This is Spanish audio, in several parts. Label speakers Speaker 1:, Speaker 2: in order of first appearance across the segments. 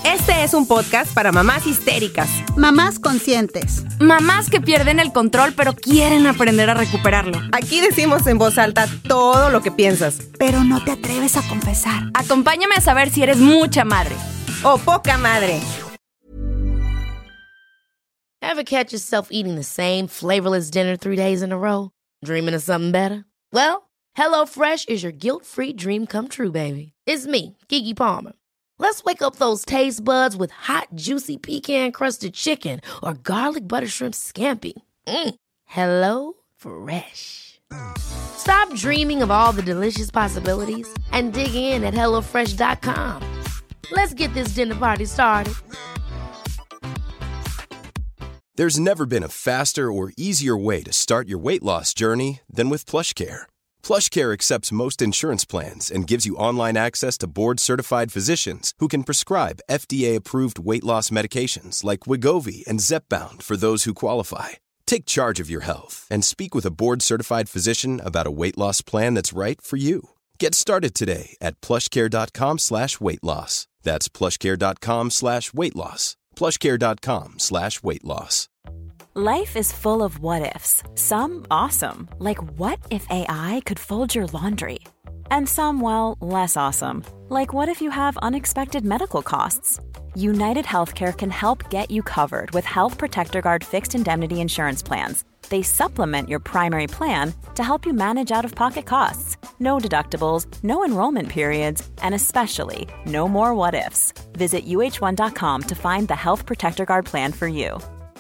Speaker 1: Este es un podcast para mamás histéricas,
Speaker 2: mamás conscientes,
Speaker 3: mamás que pierden el control pero quieren aprender a recuperarlo.
Speaker 1: Aquí decimos en voz alta todo lo que piensas,
Speaker 2: pero no te atreves a confesar.
Speaker 3: Acompáñame a saber si eres mucha madre
Speaker 1: o poca madre.
Speaker 4: Ever catch yourself eating the same flavorless dinner 3 days in a row? Dreaming of something better? Well, HelloFresh is your guilt-free dream come true, baby. It's me, Keke Palmer. Let's wake up those taste buds with hot, juicy pecan-crusted chicken or garlic butter shrimp scampi. Hello Fresh. Stop dreaming of all the delicious possibilities and dig in at HelloFresh.com. Let's get this dinner party started.
Speaker 5: There's never been a faster or easier way to start your weight loss journey than with PlushCare. PlushCare accepts most insurance plans and gives you online access to board-certified physicians who can prescribe FDA-approved weight loss medications like Wegovy and Zepbound for those who qualify. Take charge of your health and speak with a board-certified physician about a weight loss plan that's right for you. Get started today at plushcare.com/weight-loss. That's plushcare.com/weight-loss. plushcare.com/weight-loss.
Speaker 6: Life is full of what-ifs. Some awesome, like what if AI could fold your laundry? And some, well, less awesome, like what if you have unexpected medical costs? United Healthcare can help get you covered with Health Protector Guard fixed indemnity insurance plans. They supplement your primary plan to help you manage out-of-pocket costs. No deductibles, no enrollment periods, and especially no more what-ifs. Visit uh1.com to find the Health Protector Guard plan for you.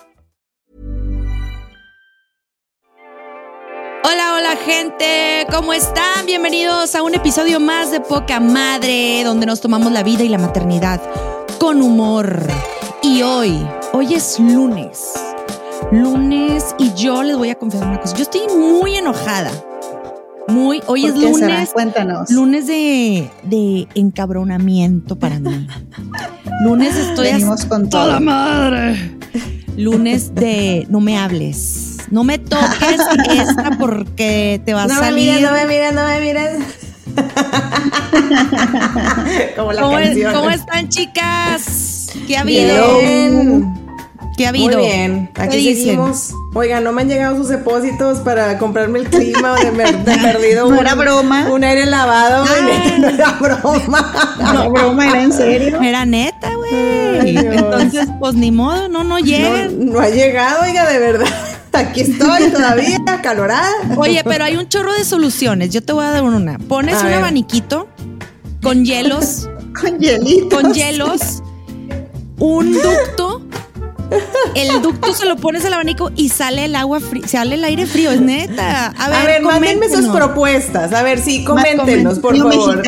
Speaker 7: Hola, hola gente, ¿cómo están? Bienvenidos a un episodio más de Poca Madre, donde nos tomamos la vida y la maternidad con humor. Y hoy es lunes y yo les voy a confesar una cosa. Yo estoy muy enojada. Hoy es lunes.
Speaker 2: Sara? Cuéntanos.
Speaker 7: Lunes de encabronamiento para mí. Lunes estoy
Speaker 2: Venimos con
Speaker 7: toda
Speaker 2: todo.
Speaker 7: la madre. Lunes de no me hables. No me toques esta porque te va a salir.
Speaker 1: No me mires. Como la canción.
Speaker 7: ¿Cómo están, chicas? ¿Qué ha habido?
Speaker 1: Bien.
Speaker 7: ¿Qué ha habido?
Speaker 1: Muy bien, aquí seguimos. Oigan, no me han llegado sus depósitos para comprarme el clima de perdido.
Speaker 2: No era broma.
Speaker 1: Un aire lavado, güey. No era broma.
Speaker 2: No, broma, ¿era en serio?
Speaker 7: Era neta, güey. Entonces, pues ni modo, no llegan.
Speaker 1: No ha llegado, oiga, de verdad. Aquí estoy todavía, acalorada.
Speaker 7: Oye, pero hay un chorro de soluciones. Yo te voy a dar una. Pones un abaniquito con hielos.
Speaker 2: Con hielitos.
Speaker 7: Con hielos. Un ducto. El ducto se lo pones al abanico y sale el agua fría, sale el aire frío, es neta. A ver,
Speaker 1: mándenme sus propuestas. A ver, sí, coméntenos, por favor.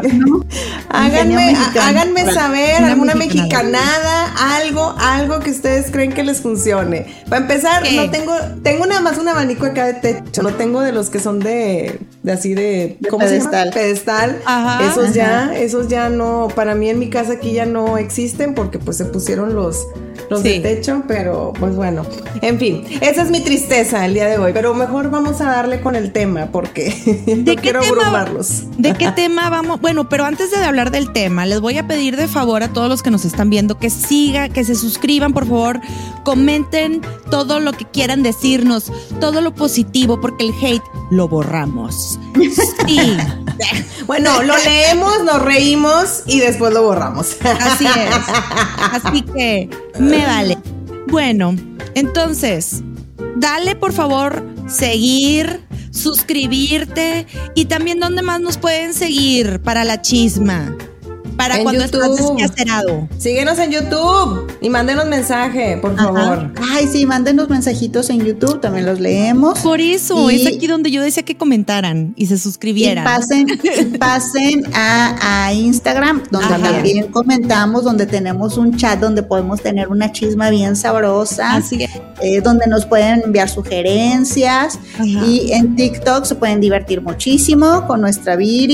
Speaker 1: Háganme saber alguna mexicanada, algo que ustedes creen que les funcione. Para empezar,
Speaker 7: ¿qué?
Speaker 1: no tengo nada más un abanico acá de techo. No tengo de los que son de así de ¿cómo
Speaker 2: pedestal.
Speaker 1: se llama? Pedestal.
Speaker 7: Ajá.
Speaker 1: Esos ya no, para mí en mi casa aquí ya no existen porque pues se pusieron los de techo, pero pues bueno, en fin, esa es mi tristeza el día de hoy, pero mejor vamos a darle con el tema porque no quiero abrumarlos.
Speaker 7: ¿De qué tema vamos? Bueno, pero antes de hablar del tema, les voy a pedir de favor a todos los que nos están viendo que se suscriban, por favor, comenten todo lo que quieran decirnos, todo lo positivo, porque el hate lo borramos. Sí.
Speaker 1: Bueno, lo leemos, nos reímos y después lo borramos.
Speaker 7: Así es. Así que me vale. Bueno, entonces, dale por favor seguir, suscribirte y también dónde más nos pueden seguir para la chisma. Para
Speaker 1: en
Speaker 7: cuando
Speaker 1: YouTube.
Speaker 7: estás descacerado.
Speaker 1: Síguenos en YouTube y mándenos mensaje, por favor.
Speaker 2: Ay, sí, mándenos mensajitos en YouTube, también los leemos.
Speaker 7: Por eso, es aquí donde yo decía que comentaran y se suscribieran.
Speaker 2: Y pasen a Instagram, donde también comentamos, donde tenemos un chat donde podemos tener una chisma bien sabrosa.
Speaker 7: Así es.
Speaker 2: Donde nos pueden enviar sugerencias. Y en TikTok se pueden divertir muchísimo con nuestra Viri.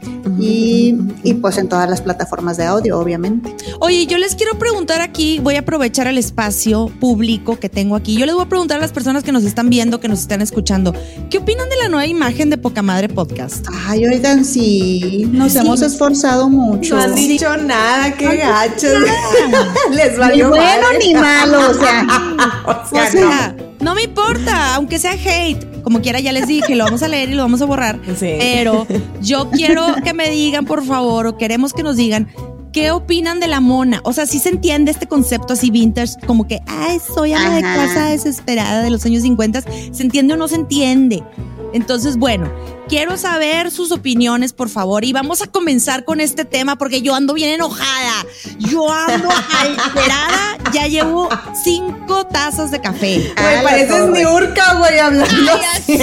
Speaker 2: y pues en todas las plataformas de audio, obviamente.
Speaker 7: Oye, yo les quiero preguntar aquí, voy a aprovechar el espacio público que tengo aquí. Yo les voy a preguntar a las personas que nos están viendo, que nos están escuchando, ¿qué opinan de la nueva imagen de Poca Madre Podcast?
Speaker 2: Ay, oigan, sí, nos hemos esforzado mucho.
Speaker 1: No han dicho nada, qué gachos. Les valió
Speaker 2: ni bueno
Speaker 1: madre.
Speaker 2: ni malo, o sea,
Speaker 7: no me importa, aunque sea hate, como quiera ya les dije, lo vamos a leer y lo vamos a borrar,
Speaker 1: sí.
Speaker 7: Pero yo quiero que me digan, por favor, o queremos que nos digan, ¿qué opinan de la mona? O sea, sí se entiende este concepto así vintage, como que, ay, soy ama de casa desesperada de los años 50, ¿se entiende o no se entiende? Entonces, bueno, quiero saber sus opiniones, por favor, y vamos a comenzar con este tema porque yo ando bien enojada, yo ando alterada, ya llevo 5 tazas de café.
Speaker 1: Güey, pareces Niurka, güey, hablando.
Speaker 2: ¿Qué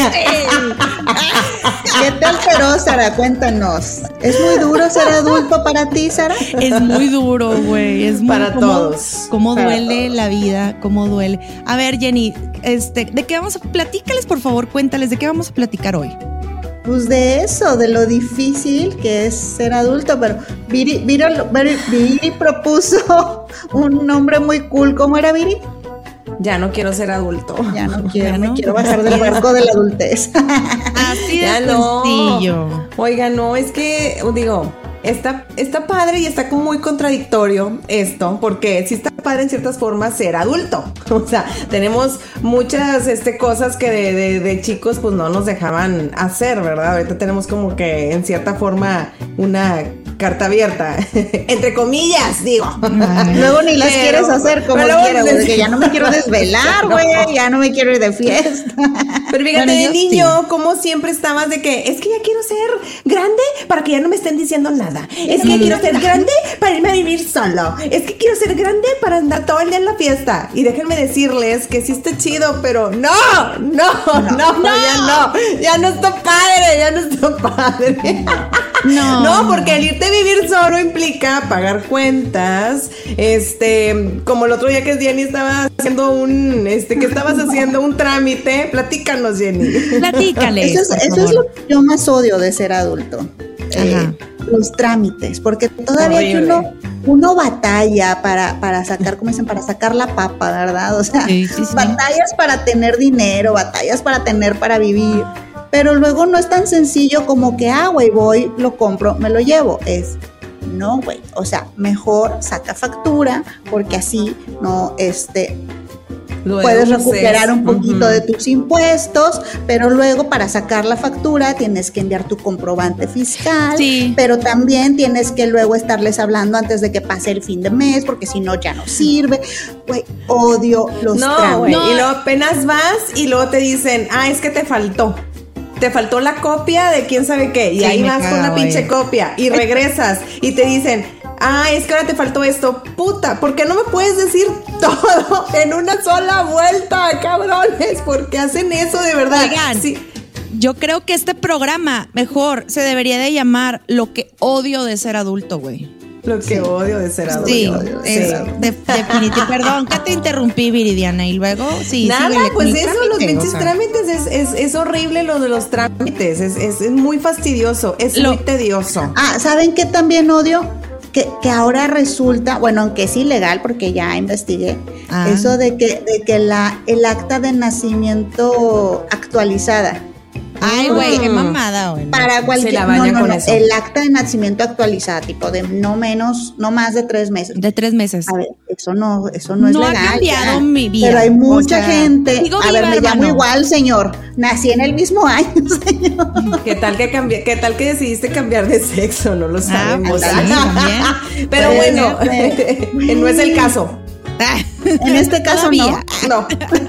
Speaker 2: tal, pero Sara? Cuéntanos. ¿Es muy duro ser adulto para ti, Sara?
Speaker 7: Es muy duro, güey, es muy
Speaker 1: para todos.
Speaker 7: Cómo
Speaker 2: para
Speaker 7: duele
Speaker 2: todos.
Speaker 7: la vida, cómo duele. A ver, Jenny, ¿de qué vamos a platícales, por favor, cuéntales de qué vamos a platicar hoy?
Speaker 2: Pues de eso, de lo difícil que es ser adulto, pero Viri propuso un nombre muy cool. ¿Cómo era, Viri?
Speaker 1: Ya no quiero ser adulto.
Speaker 2: Ya no quiero,
Speaker 7: Ya
Speaker 2: me
Speaker 7: no.
Speaker 2: quiero bajar del barco de la adultez.
Speaker 7: Así de
Speaker 1: Ya no.
Speaker 7: sencillo.
Speaker 1: Oiga, no, es que, digo, está padre y está como muy contradictorio esto, porque sí está padre en ciertas formas ser adulto. O sea, tenemos muchas cosas que de chicos pues no nos dejaban hacer, ¿verdad? Ahorita tenemos como que en cierta forma una carta abierta, entre comillas, digo.
Speaker 2: Luego ni las quieres hacer como quieras, porque ya no me quiero desvelar, güey, ya no me quiero ir de fiesta.
Speaker 1: Pero fíjate,
Speaker 7: Bueno,
Speaker 1: de
Speaker 7: yo
Speaker 1: niño, como siempre estabas de que, es que ya quiero ser grande para que ya no me estén diciendo nada. Es que ya quiero ser grande para irme a vivir solo. Es que quiero ser grande para andar todo el día en la fiesta. Y déjenme decirles que sí está chido, pero no, ya no está padre. No, porque el irte a vivir solo implica pagar cuentas, como el otro día que Jenny estaba haciendo ¿qué estabas haciendo? Un trámite. Platícanos, Jenny.
Speaker 7: Platícales.
Speaker 2: Eso es lo que yo más odio de ser adulto. Los trámites, porque todavía que uno batalla para sacar, como dicen, para sacar la papa, ¿verdad? O sea,
Speaker 7: sí.
Speaker 2: batallas para tener dinero, batallas para tener para vivir, pero luego no es tan sencillo como que, güey, voy, lo compro, me lo llevo. No, güey, o sea, mejor saca factura, porque así no,
Speaker 1: Luego,
Speaker 2: puedes recuperar un poquito de tus impuestos, pero luego para sacar la factura tienes que enviar tu comprobante fiscal, pero también tienes que luego estarles hablando antes de que pase el fin de mes, porque si no ya no sirve. Güey, odio los trámites.
Speaker 1: Güey, y luego apenas vas y luego te dicen, es que te faltó la copia de quién sabe qué, y ahí vas con la pinche copia y regresas y te dicen, es que ahora te faltó esto. Puta, ¿por qué no me puedes decir todo en una sola vuelta, cabrones? ¿Por qué hacen eso de verdad?
Speaker 7: Oigan,
Speaker 1: sí.
Speaker 7: Yo creo que este programa mejor se debería de llamar Lo que odio de ser adulto, güey.
Speaker 1: Lo que odio de ser adulto.
Speaker 7: Sí, definitivo. Perdón que te interrumpí, Viridiana, y luego
Speaker 1: nada,
Speaker 7: síguele,
Speaker 1: pues eso,
Speaker 7: trámite,
Speaker 1: los pinches trámites, es horrible lo de los trámites, es muy fastidioso, muy tedioso.
Speaker 2: ¿Saben qué también odio? Que ahora resulta, bueno, aunque es ilegal porque ya investigué, eso de que el acta de nacimiento actualizada.
Speaker 7: Ay, güey, qué mamada, güey.
Speaker 2: Para cualquier,
Speaker 1: se la baña con eso.
Speaker 2: El acta de nacimiento actualizada, tipo de no más de 3 meses.
Speaker 7: De 3 meses.
Speaker 2: A ver, eso no es legal.
Speaker 7: No ha cambiado mi vida.
Speaker 2: Pero hay mucha gente. A ver, me llamo
Speaker 7: hermano.
Speaker 2: igual, señor. Nací en el mismo año, señor.
Speaker 1: ¿Qué tal que decidiste cambiar de sexo? No lo sabemos.
Speaker 7: Pues sí, también.
Speaker 1: Pero bueno, no es el caso.
Speaker 2: En este caso
Speaker 1: no.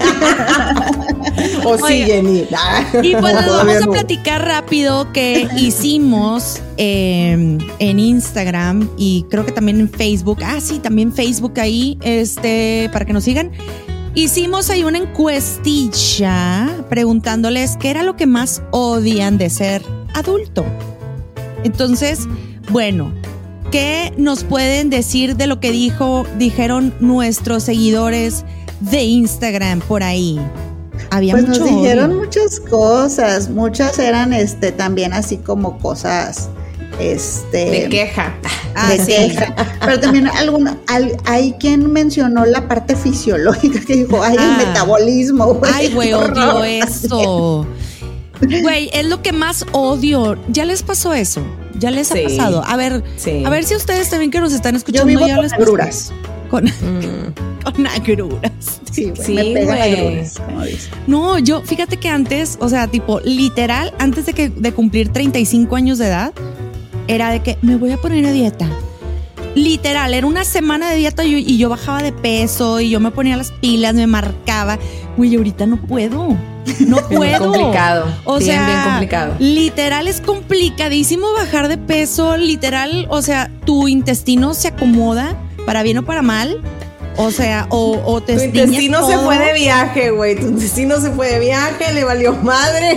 Speaker 1: O sí,
Speaker 7: Oiga.
Speaker 1: Jenny.
Speaker 7: Y pues les
Speaker 1: Todavía
Speaker 7: vamos a
Speaker 1: no.
Speaker 7: platicar rápido que hicimos en Instagram y creo que también en Facebook. Sí, también Facebook ahí, para que nos sigan. Hicimos ahí una encuestilla preguntándoles qué era lo que más odian de ser adulto. Entonces, bueno, ¿qué nos pueden decir de lo que dijeron nuestros seguidores de Instagram por ahí? Había
Speaker 2: pues
Speaker 7: mucho
Speaker 2: nos dijeron
Speaker 7: odio.
Speaker 2: muchas cosas, muchas eran también así como cosas
Speaker 1: de queja.
Speaker 2: Pero también hay quien mencionó la parte fisiológica, que dijo, el metabolismo, güey.
Speaker 7: Ay, güey, odio eso. Güey, es lo que más odio. ¿Ya les pasó eso? ¿Ya les ha pasado? A ver si ustedes también que nos están escuchando.
Speaker 2: Yo vivo
Speaker 7: ya
Speaker 2: con
Speaker 7: les
Speaker 2: agruras.
Speaker 7: Con agruras.
Speaker 2: Sí, me pegan agruras, como dice.
Speaker 7: No, yo, fíjate que antes, o sea, tipo, literal, antes de cumplir 35 años de edad, era de que me voy a poner a dieta. Literal, era una semana de dieta y yo bajaba de peso y yo me ponía las pilas, me marcaba. Güey, ahorita no puedo. No puedo.
Speaker 1: Es complicado.
Speaker 7: O sea,
Speaker 1: bien complicado.
Speaker 7: Literal es complicadísimo bajar de peso. Literal, o sea, tu intestino se acomoda para bien o para mal. O sea, o te
Speaker 1: tu intestino se fue de viaje, güey. Tu intestino se fue de viaje, le valió madre.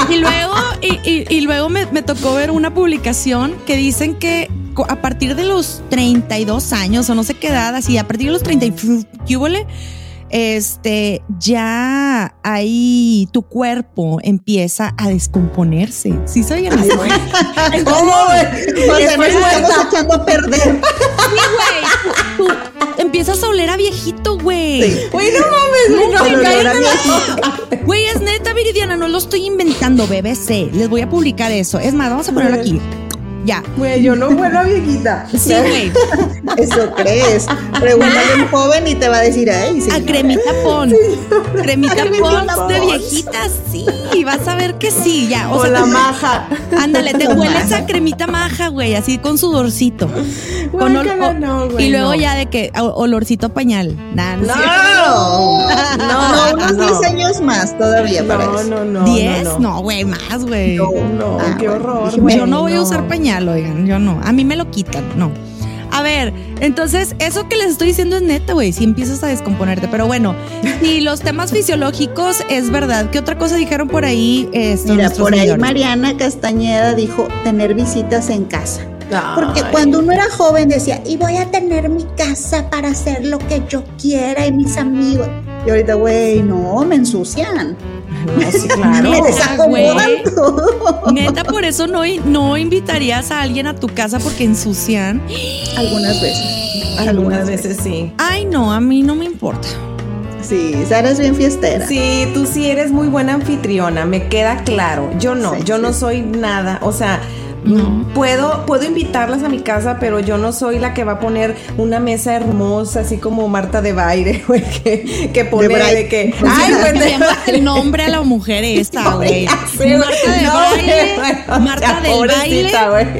Speaker 7: Y luego me tocó ver una publicación que dicen que a partir de los 32 años o no sé qué edad, así, a partir de los 30 ¿qué huele? Ya ahí tu cuerpo empieza a descomponerse. ¿Sí sabían eso?
Speaker 2: ¿Cómo, güey? O sea, nos estamos echando a perder.
Speaker 7: Sí, güey. Tú empiezas a oler a viejito, güey.
Speaker 1: Sí. Güey, no mames.
Speaker 7: Güey, es neta, Viridiana, no lo estoy inventando, BBC. Les voy a publicar eso. Es más, vamos a ponerlo aquí. Ya.
Speaker 1: Güey, yo no huelo a viejita.
Speaker 7: Sí, güey.
Speaker 2: Eso crees. Pregúntale a un joven y te va a decir, ay, sí.
Speaker 7: A cremita Pons. Cremita Pons de viejita, sí. Vas a ver que sí, ya.
Speaker 1: O sea, la maja.
Speaker 7: Ándale, te hueles a cremita maja, güey, así con sudorcito.
Speaker 1: Güey, no, güey,
Speaker 7: y luego ya de que olorcito a pañal.
Speaker 2: Unos 10 años más todavía para eso.
Speaker 1: No.
Speaker 7: ¿10? No, güey, más, güey.
Speaker 1: No, qué horror.
Speaker 7: Yo no voy a usar pañal, oigan, yo no. A mí me lo quitan, no. A ver, entonces, eso que les estoy diciendo es neta, güey, si empiezas a descomponerte. Pero bueno, y los temas fisiológicos, es verdad. ¿Qué otra cosa dijeron por ahí?
Speaker 2: Mira, por ahí Mariana Castañeda dijo tener visitas en casa. Porque cuando uno era joven decía, y voy a tener mi casa para hacer lo que yo quiera y mis amigos. Y ahorita, güey, no, me ensucian.
Speaker 1: No, sí, claro.
Speaker 2: Me desacomodan todo.
Speaker 7: Neta, por eso no invitarías a alguien a tu casa porque ensucian.
Speaker 2: Algunas veces
Speaker 1: sí.
Speaker 7: Ay, no, a mí no me importa.
Speaker 2: Sí, Sara es bien fiestera.
Speaker 1: Sí, tú sí eres muy buena anfitriona, me queda claro. Yo no, no soy nada, o sea... No. Puedo invitarlas a mi casa, pero yo no soy la que va a poner una mesa hermosa, así como Marta de baile, güey, que pone de que...
Speaker 7: Ay, güey, le llamas el nombre a la mujer esta, güey. Marta de baile, Marta del baile.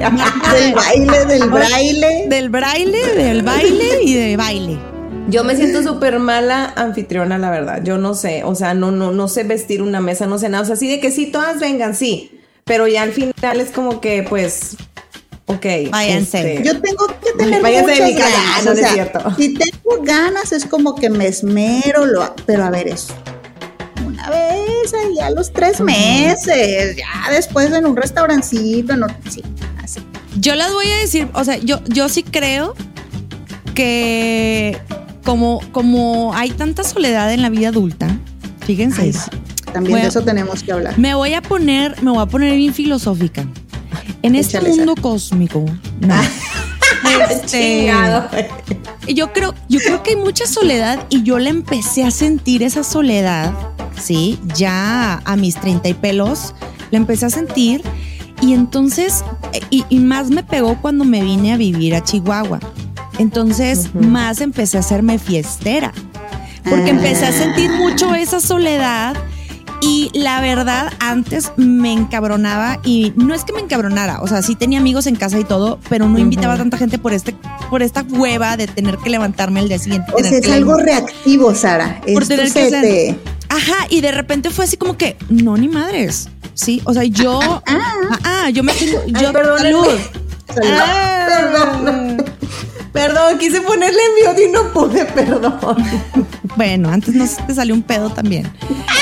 Speaker 7: Del baile y de baile.
Speaker 1: Yo me siento súper mala anfitriona, la verdad. Yo no sé, o sea, no sé vestir una mesa, no sé nada. O sea, así de que sí, todas vengan, sí. Pero ya al final es como que, pues, ok.
Speaker 7: Váyanse.
Speaker 2: Yo tengo que tener muchas ganas.
Speaker 1: No, o sea, es cierto.
Speaker 2: Si tengo ganas es como que me esmero, pero a ver eso. Una vez, ahí a los 3 meses, ya después en un restaurancito, sí, así.
Speaker 7: Yo les voy a decir, o sea, yo sí creo que como hay tanta soledad en la vida adulta, fíjense.
Speaker 2: Ay, sí. También de eso tenemos que hablar.
Speaker 7: Me voy a poner bien filosófica. En este mundo cósmico, no.
Speaker 1: Chingado.
Speaker 7: Yo creo que hay mucha soledad y yo la empecé a sentir esa soledad, sí, ya a mis 30 y pelos, la empecé a sentir y entonces, y más me pegó cuando me vine a vivir a Chihuahua. Entonces, más empecé a hacerme fiestera, porque empecé a sentir mucho esa soledad. Y la verdad, antes me encabronaba y no es que me encabronara, o sea, sí tenía amigos en casa y todo, pero no invitaba a tanta gente por esta hueva de tener que levantarme al día siguiente.
Speaker 2: O sea, es algo reactivo, Sara.
Speaker 7: Por tener que hacer. Ajá, y de repente fue así como que, no, ni madres, sí, o sea, yo me tengo,
Speaker 1: Salud. Perdón, quise ponerle envío y no pude, perdón.
Speaker 7: Bueno, antes no te salió un pedo también.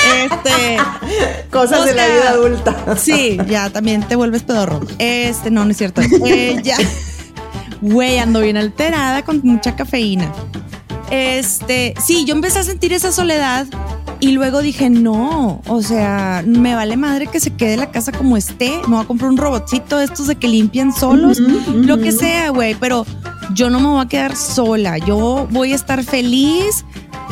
Speaker 1: Cosas de la vida adulta.
Speaker 7: Sí, ya también te vuelves pedorro. No es cierto. Ya. Güey, ando bien alterada con mucha cafeína. Sí, yo empecé a sentir esa soledad Y luego dije, no, o sea, me vale madre que se quede la casa como esté. Me voy a comprar un robotcito de estos de que limpian solos, lo que sea, güey. Pero yo no me voy a quedar sola. Yo voy a estar feliz.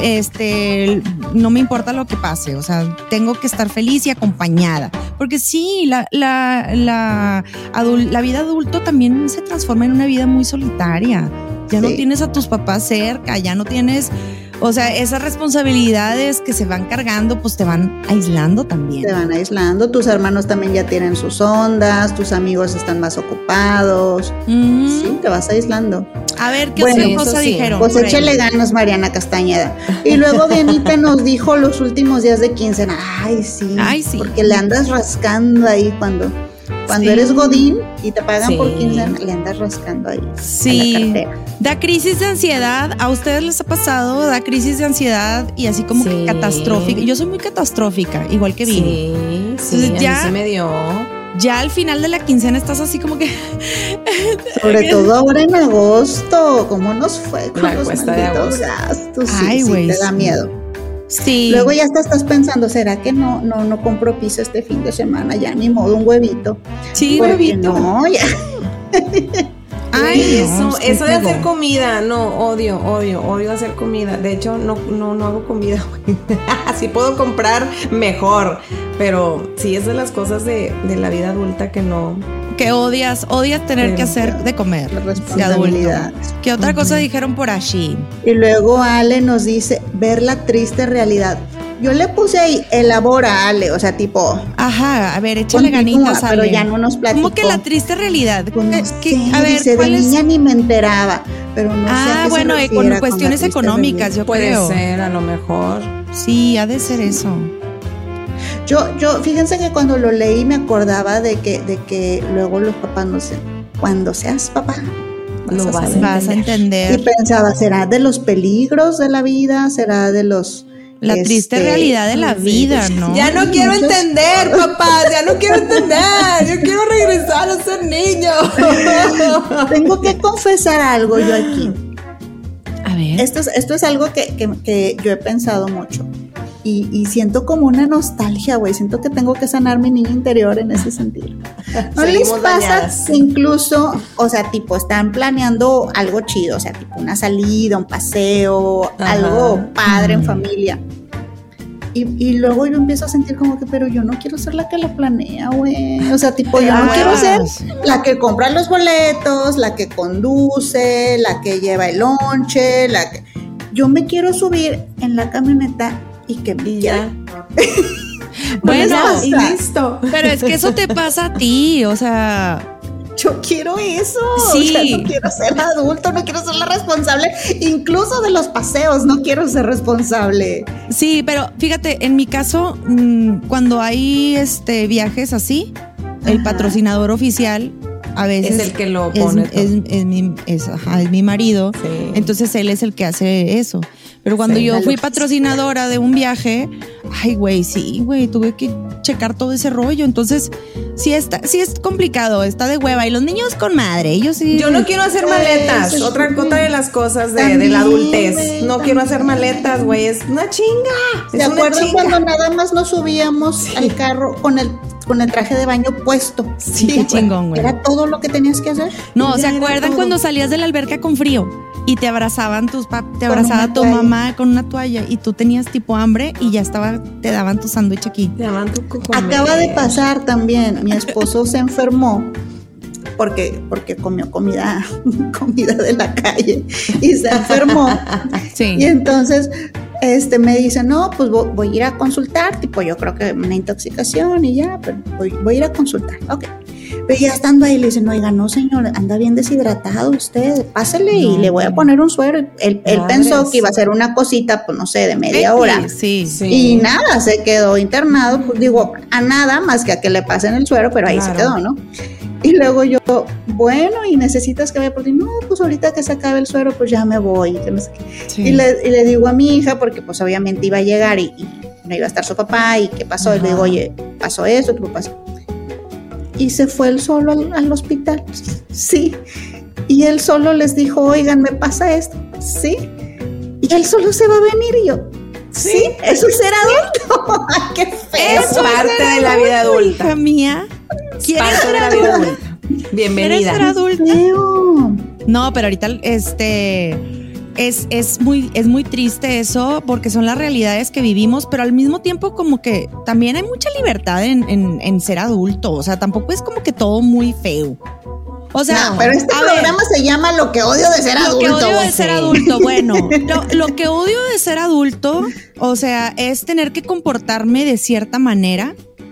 Speaker 7: No me importa lo que pase. O sea, tengo que estar feliz y acompañada. Porque sí, la vida adulto también se transforma en una vida muy solitaria. Ya no tienes a tus papás cerca, ya no tienes... O sea, esas responsabilidades que se van cargando, pues te van aislando también.
Speaker 2: Te van aislando, tus hermanos también ya tienen sus ondas, tus amigos están más ocupados. Sí, te vas aislando.
Speaker 7: A ver, ¿qué otra cosa dijeron?
Speaker 2: Pues échale ganas, Mariana Castañeda. Y luego Dianita nos dijo los últimos días de quincena. Ay, sí. Porque le andas rascando ahí cuando eres godín y te pagan por quincena, le andas rascando ahí.
Speaker 7: Sí.
Speaker 2: En la cartera.
Speaker 7: Da crisis de ansiedad. ¿A ustedes les ha pasado? Da crisis de ansiedad y así como que catastrófica. Yo soy muy catastrófica, igual que Vini.
Speaker 1: Sí, ya se me dio.
Speaker 7: Ya al final de la quincena estás así como que...
Speaker 2: Sobre todo ahora en agosto, ¿cómo nos fue con
Speaker 1: la
Speaker 2: los malditos gastos?
Speaker 7: Ay, güey,
Speaker 2: te da miedo.
Speaker 7: Sí.
Speaker 2: Luego ya estás pensando, ¿será que no compro pizza este fin de semana? Ya ni modo, un huevito.
Speaker 7: Sí,
Speaker 2: huevito. No, ya.
Speaker 1: Ay, eso de hacer comida, no, odio hacer comida. De hecho, no hago comida. Si puedo comprar, mejor. Pero sí, es de las cosas de la vida adulta que no...
Speaker 7: Que odias tener que hacer de comer.
Speaker 2: La responsabilidad.
Speaker 7: ¿Qué otra cosa dijeron por allí?
Speaker 2: Y luego Ale nos dice, ver la triste realidad. Yo le puse ahí, elabora, Ale, o sea, tipo...
Speaker 7: Ajá, a ver, échale ganitas, Ale.
Speaker 2: Pero ya no nos platicó.
Speaker 7: ¿Cómo que la triste realidad?
Speaker 2: Pues a ver, dice, de niña ni me enteraba, pero no sé a qué
Speaker 7: bueno,
Speaker 2: se
Speaker 7: con cuestiones económicas, yo creo.
Speaker 1: Puede ser, a lo mejor.
Speaker 7: Sí, ha de ser eso.
Speaker 2: Yo, fíjense que cuando lo leí me acordaba de que luego los papás no sé, cuando seas papá
Speaker 7: vas a entender.
Speaker 2: Y pensaba, ¿será de los peligros de la vida? ¿Será de los...
Speaker 7: La triste realidad de la vida, ¿no?
Speaker 1: Ya no quiero entender, papás, ya no quiero entender. Yo quiero regresar a ser niño.
Speaker 2: Tengo que confesar algo yo aquí.
Speaker 7: A ver.
Speaker 2: Esto es algo que yo he pensado mucho. Y siento como una nostalgia, güey. Siento que tengo que sanar mi niña interior en ese sentido. ¿No les pasa que incluso, o sea, tipo, están planeando algo chido? O sea, tipo una salida, un paseo, algo padre en familia. Y luego yo empiezo a sentir como que, pero yo no quiero ser la que lo planea, güey. O sea, tipo, yo no quiero ser la que compra los boletos, la que conduce, la que lleva el lonche, yo me quiero subir en la camioneta y que me ya.
Speaker 7: Bueno, y listo. Pero es que eso te pasa a ti, o sea...
Speaker 2: Yo quiero eso.
Speaker 7: Sí.
Speaker 2: O sea, no quiero ser adulto, no quiero ser la responsable, incluso de los paseos, no quiero ser responsable.
Speaker 7: Sí, pero fíjate, en mi caso, cuando hay viajes así, el patrocinador oficial a veces
Speaker 1: es el que lo pone.
Speaker 7: Es mi marido, sí. Entonces él es el que hace eso. Pero cuando yo fui patrocinadora de un viaje, ay, güey, sí, güey, tuve que checar todo ese rollo. Entonces, sí es complicado, está de hueva. Y los niños con madre, ellos sí.
Speaker 1: Yo no quiero hacer maletas. Otra de las cosas de la adultez. No quiero hacer maletas, güey. Es una chinga.
Speaker 2: ¿Te acuerdas cuando nada más nos subíamos al carro con el traje de baño puesto?
Speaker 7: Sí, qué chingón, güey.
Speaker 2: ¿Era todo lo que tenías que hacer?
Speaker 7: No, ¿se acuerdan cuando salías de la alberca con frío? Y te abrazaban te abrazaba tu mamá con una toalla y tú tenías tipo hambre y ya te daban tu sándwich aquí.
Speaker 1: Te daban tu
Speaker 2: Acaba de pasar también, mi esposo se enfermó porque comió comida de la calle y se enfermó.
Speaker 7: Sí.
Speaker 2: Y entonces me dice, no, pues voy a ir a consultar, tipo yo creo que una intoxicación y ya, pero voy a ir a consultar, ok. Pero ya estando ahí le dicen, oiga, no señor, anda bien deshidratado usted, pásele y le voy a poner un suero. Él pensó que iba a ser una cosita, pues no sé, de media hora.
Speaker 7: Sí.
Speaker 2: Y nada, se quedó internado, pues digo, a nada más que a que le pasen el suero, pero ahí se quedó, ¿no? Y luego yo, bueno, ¿y necesitas que vaya por ti? No, pues ahorita que se acabe el suero, pues ya me voy. No sé qué. Sí. Y le digo a mi hija, porque pues obviamente iba a llegar y no iba a estar su papá, y qué pasó, y le digo, oye, pasó eso, ¿qué pasó? Y se fue él solo al hospital. Sí. Y él solo les dijo, oigan, ¿me pasa esto? Sí. Y él solo se va a venir. Y yo, Sí, eso es ser adulto. ¡Qué feo!
Speaker 1: Es parte de la vida adulta.
Speaker 7: Hija mía.
Speaker 1: ¿Quieres ser adulta? Bienvenida.
Speaker 7: ¿Quieres ser adulta? No, pero ahorita es muy triste eso, porque son las realidades que vivimos, pero al mismo tiempo como que también hay mucha libertad en ser adulto. O sea, tampoco es como que todo muy feo. O sea,
Speaker 2: no, pero este programa se llama Lo que odio de ser adulto.
Speaker 7: Lo que odio de ser adulto, bueno, lo que odio de ser adulto, o sea, es tener que comportarme de cierta manera.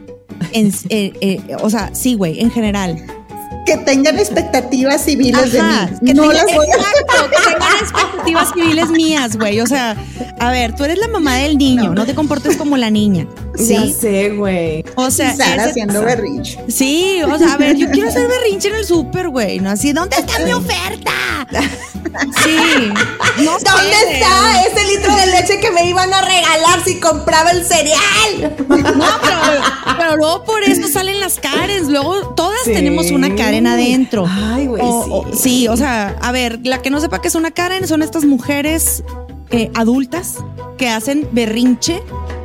Speaker 7: O sea, sí, güey, en general.
Speaker 2: Que tengan expectativas civiles de mí.
Speaker 7: Que tengan expectativas civiles mías, güey. O sea, a ver, tú eres la mamá del niño, no te comportes como la niña. ¿Sí?
Speaker 1: Ya sé, güey.
Speaker 2: O sea, Sara haciendo berrinche.
Speaker 7: Sí, o sea, a ver, yo quiero hacer berrinche en el súper, güey, ¿no? Así, ¿dónde está mi oferta? Sí. No
Speaker 1: ¿dónde está ese litro de leche que me iban a regalar si compraba el cereal?
Speaker 7: No, pero luego por eso salen las Karens. Luego todas tenemos una Karen adentro.
Speaker 1: Ay, güey,
Speaker 7: sí, o sea, a ver, la que no sepa que es una Karen son estas mujeres adultas que hacen berrinche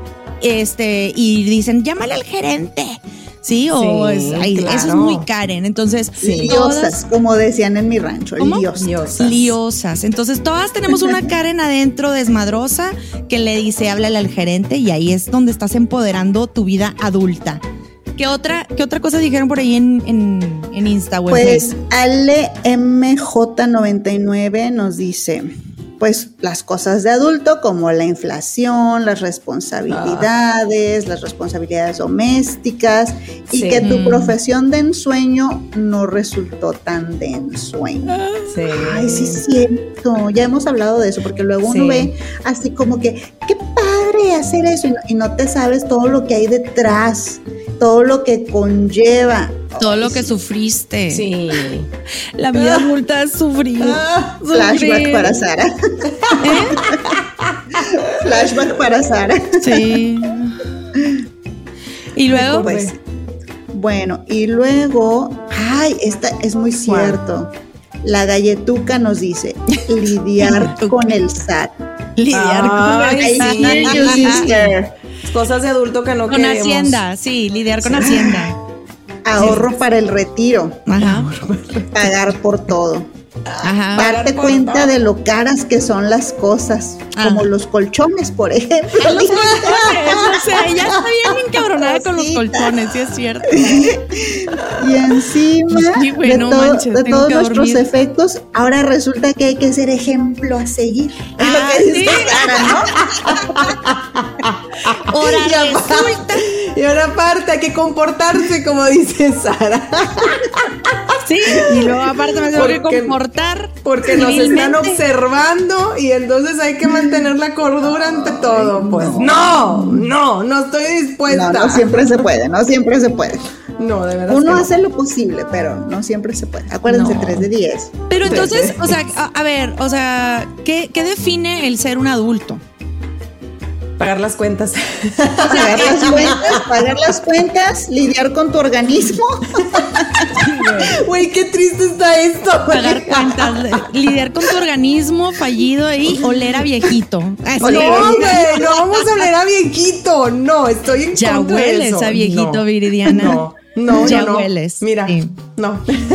Speaker 7: y dicen, llámale al gerente. Sí, claro. Eso es muy Karen. Entonces,
Speaker 2: liosas, como decían en mi rancho.
Speaker 7: Liosas. Entonces, todas tenemos una Karen adentro desmadrosa que le dice, háblale al gerente, y ahí es donde estás empoderando tu vida adulta. ¿Qué otra cosa dijeron por ahí en Insta?
Speaker 2: Pues Ale MJ99 nos dice, pues las cosas de adulto como la inflación, las responsabilidades domésticas, y que tu profesión de ensueño no resultó tan de ensueño.
Speaker 1: Sí.
Speaker 2: Ay, sí es cierto, ya hemos hablado de eso, porque luego uno ve así como que, qué padre hacer eso, y no te sabes todo lo que hay detrás, todo lo que conlleva.
Speaker 7: Todo lo que sufriste.
Speaker 1: Sí.
Speaker 7: La vida adulta es sufrir.
Speaker 2: Flashback para Sara. Flashback para Sara.
Speaker 7: Sí. Y luego,
Speaker 2: pues. Bueno, y luego, esta es muy cierto. La galletuca nos dice, lidiar con el SAT.
Speaker 7: Lidiar con el
Speaker 2: SAT.
Speaker 1: Cosas de adulto que no queremos.
Speaker 7: Con Hacienda, sí, lidiar con Hacienda.
Speaker 2: Ahorro para el retiro.
Speaker 7: Ajá.
Speaker 2: Pagar por todo.
Speaker 7: Ajá.
Speaker 2: Darte cuenta de lo caras que son las cosas, como los colchones, por ejemplo.
Speaker 7: Los colchones, o sea, ella está bien encabronada con los colchones, sí es cierto.
Speaker 2: Y encima de todos nuestros efectos, ahora resulta que hay que ser ejemplo a seguir. Es lo que dice Sara, ¿no?
Speaker 7: Ahora resulta.
Speaker 1: Y ahora aparte hay que comportarse como dice Sara.
Speaker 7: Sí, y luego aparte me tengo que comportar.
Speaker 1: Porque nos están observando y entonces hay que mantener la cordura ante todo. Pues no estoy dispuesta.
Speaker 2: No siempre se puede, No, de verdad. Uno hace lo posible, pero no siempre se puede. Acuérdense, 3 de 10.
Speaker 7: Pero entonces, o sea, a ver, o sea, ¿qué define el ser un adulto?
Speaker 1: Pagar las cuentas.
Speaker 2: Pagar las cuentas, lidiar con tu organismo.
Speaker 1: Güey, qué triste está esto.
Speaker 7: Pagar cuentas, lidiar con tu organismo fallido y oler a viejito.
Speaker 1: No, güey, no vamos a oler a viejito. No, estoy en contra de eso.
Speaker 7: Ya hueles a viejito, Viridiana.
Speaker 1: No,
Speaker 7: ya hueles.
Speaker 1: Mira, no.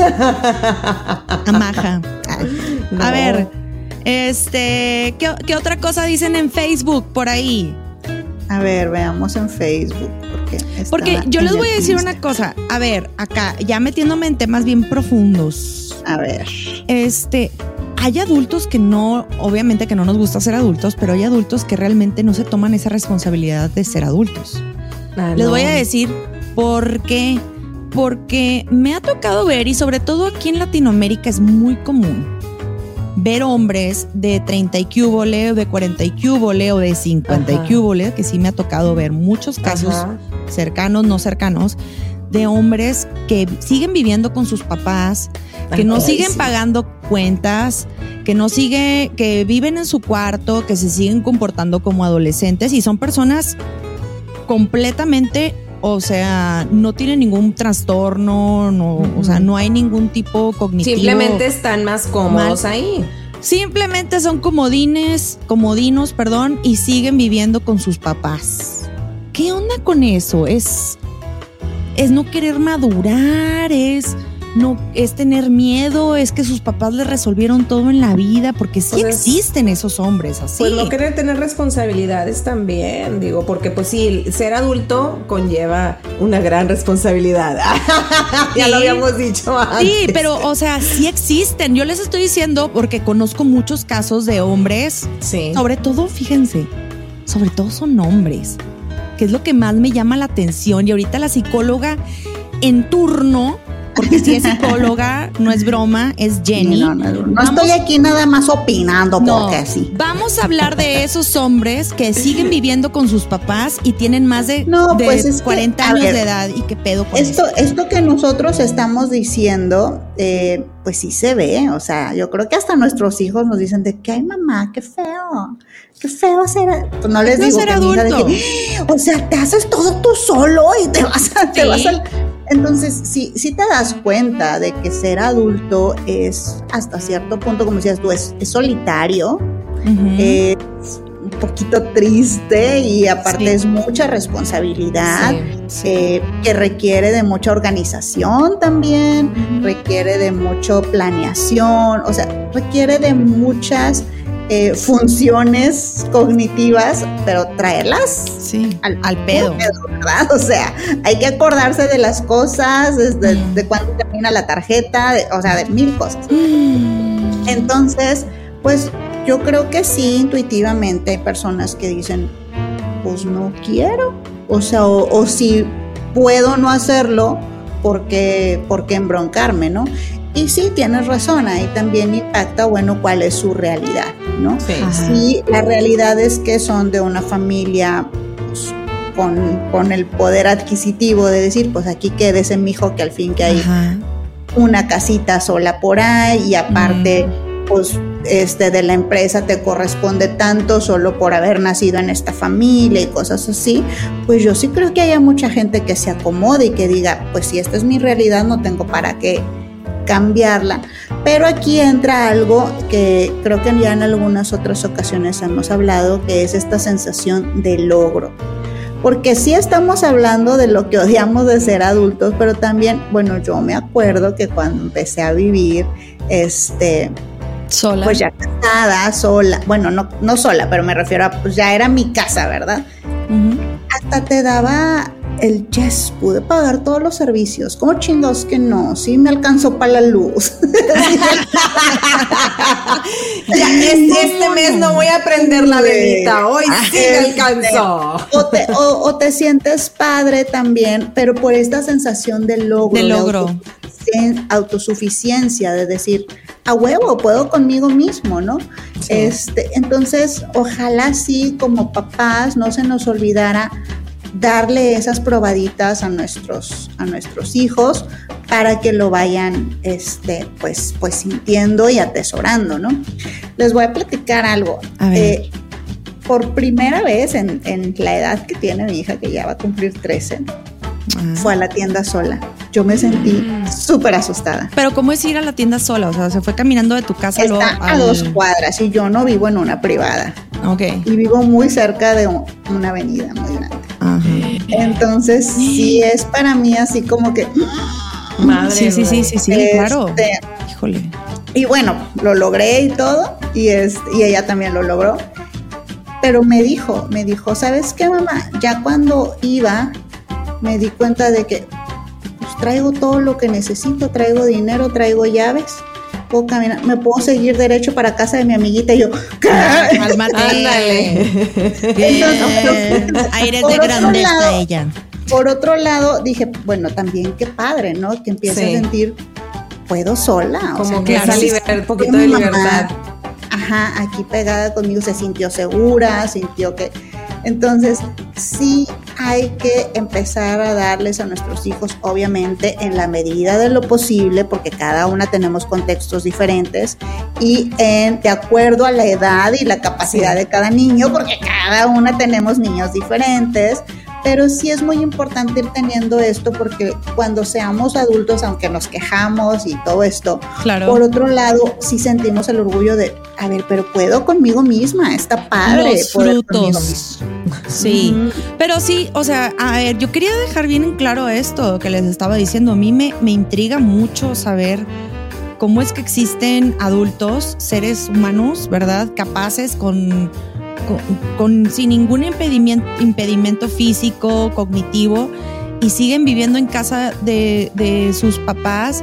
Speaker 7: Amaja. A ver. ¿Qué otra cosa dicen en Facebook por ahí?
Speaker 2: A ver, veamos en Facebook.
Speaker 7: Porque yo les voy a decir una cosa. A ver, acá, ya metiéndome en temas bien profundos.
Speaker 2: A ver.
Speaker 7: Hay adultos que no, obviamente que no nos gusta ser adultos, pero hay adultos que realmente no se toman esa responsabilidad de ser adultos. Les voy a decir por qué. Porque me ha tocado ver, y sobre todo aquí en Latinoamérica es muy común, ver hombres de 30 y cúbole, o de 40 y cúbole, o de 50 y cúbole, que sí me ha tocado ver muchos casos cercanos, no cercanos, de hombres que siguen viviendo con sus papás, que no siguen pagando cuentas, que viven en su cuarto, que se siguen comportando como adolescentes, y son personas completamente, o sea, no tienen ningún trastorno, o sea, no hay ningún tipo cognitivo.
Speaker 1: Simplemente están más cómodos ahí.
Speaker 7: simplemente son comodinos, y siguen viviendo con sus papás. ¿Qué onda con eso? Es no querer madurar, es tener miedo, es que sus papás le resolvieron todo en la vida, porque sí existen esos hombres así.
Speaker 1: Pues no querer tener responsabilidades también, digo, porque pues sí, ser adulto conlleva una gran responsabilidad. Ya lo habíamos dicho antes.
Speaker 7: Sí, pero o sea, sí existen. Yo les estoy diciendo porque conozco muchos casos de hombres, sobre todo, fíjense, sobre todo son hombres, que es lo que más me llama la atención. Y ahorita la psicóloga en turno, porque si es psicóloga, no es broma, es Jenny.
Speaker 2: No estoy aquí nada más opinando, porque sí.
Speaker 7: Vamos a hablar de esos hombres que siguen viviendo con sus papás y tienen más de 40 años de edad. ¿Y qué pedo con
Speaker 2: esto? Esto que nosotros estamos diciendo, pues sí se ve. O sea, yo creo que hasta nuestros hijos nos dicen de que, ay, mamá, qué feo ser. Pues no les digo
Speaker 7: ser adulto.
Speaker 2: O sea, te haces todo tú solo y te vas al... Entonces, sí te das cuenta de que ser adulto es hasta cierto punto, como decías tú, es solitario, es un poquito triste y aparte es mucha responsabilidad, que requiere de mucha organización también, requiere de mucha planeación, o sea, requiere de muchas funciones cognitivas, pero traerlas
Speaker 7: al pedo,
Speaker 2: ¿verdad? O sea, hay que acordarse de las cosas, de cuándo termina la tarjeta, de mil cosas. Entonces, pues yo creo que sí, intuitivamente hay personas que dicen, pues no quiero, o sea, o si puedo no hacerlo, ¿por qué embroncarme, no? Y sí, tienes razón, ahí también impacta, cuál es su realidad, ¿no? Sí, la realidad es que son de una familia pues, con el poder adquisitivo de decir, pues aquí quédese, mijo, que al fin que hay una casita sola por ahí y aparte, pues de la empresa te corresponde tanto solo por haber nacido en esta familia y cosas así. Pues yo sí creo que haya mucha gente que se acomode y que diga, pues si esta es mi realidad, no tengo para qué cambiarla, pero aquí entra algo que creo que ya en algunas otras ocasiones hemos hablado, que es esta sensación de logro, porque sí estamos hablando de lo que odiamos de ser adultos, pero también, yo me acuerdo que cuando empecé a vivir,
Speaker 7: sola,
Speaker 2: pues ya casada, sola, no sola, pero me refiero a, pues ya era mi casa, ¿verdad? Hasta te daba el yes, pude pagar todos los servicios. ¿Cómo chingados que no? Sí me alcanzó para la luz.
Speaker 1: Este mes no voy a prender la velita, hoy sí me alcanzó.
Speaker 2: O te sientes padre también, pero por esta sensación de logro. Autosuficiencia, de decir, a huevo, puedo conmigo mismo, ¿no? Entonces, ojalá sí, como papás, no se nos olvidara darle esas probaditas a nuestros hijos para que lo vayan pues sintiendo y atesorando, ¿no? Les voy a platicar algo.
Speaker 7: A ver.
Speaker 2: Por primera vez en la edad que tiene mi hija, que ya va a cumplir 13, fue a la tienda sola. Yo me sentí súper asustada.
Speaker 7: Pero ¿cómo es ir a la tienda sola? O sea, ¿se fue caminando de tu casa?
Speaker 2: Está a 2 cuadras y yo no vivo en una privada.
Speaker 7: Okay.
Speaker 2: Y vivo muy cerca de una avenida muy grande. Entonces, sí es para mí así como que...
Speaker 7: Madre. Sí, claro. Híjole.
Speaker 2: Y lo logré y todo, y ella también lo logró. Pero me dijo, ¿sabes qué, mamá? Ya cuando iba, me di cuenta de que pues traigo todo lo que necesito, traigo dinero, traigo llaves, puedo caminar, me puedo seguir derecho para casa de mi amiguita. Y yo, ¿qué?
Speaker 7: Ándale. Aires de grandeza ella.
Speaker 2: Por otro lado, dije, también qué padre, ¿no? Que empiece a sentir, puedo sola.
Speaker 1: Como que un poquito de libertad.
Speaker 2: Aquí pegada conmigo, se sintió segura, sintió que... Entonces, sí hay que empezar a darles a nuestros hijos, obviamente, en la medida de lo posible, porque cada una tenemos contextos diferentes y de acuerdo a la edad y la capacidad de cada niño, porque cada una tenemos niños diferentes, pero sí es muy importante ir teniendo esto porque cuando seamos adultos, aunque nos quejamos y todo esto, claro, por otro lado, sí sentimos el orgullo de, a ver, pero puedo conmigo misma, está padre.
Speaker 7: Los frutos. Sí, pero sí, o sea, a ver, yo quería dejar bien en claro esto que les estaba diciendo. A mí me intriga mucho saber cómo es que existen adultos, seres humanos, ¿verdad? Capaces con sin ningún impedimento físico, cognitivo, y siguen viviendo en casa de sus papás,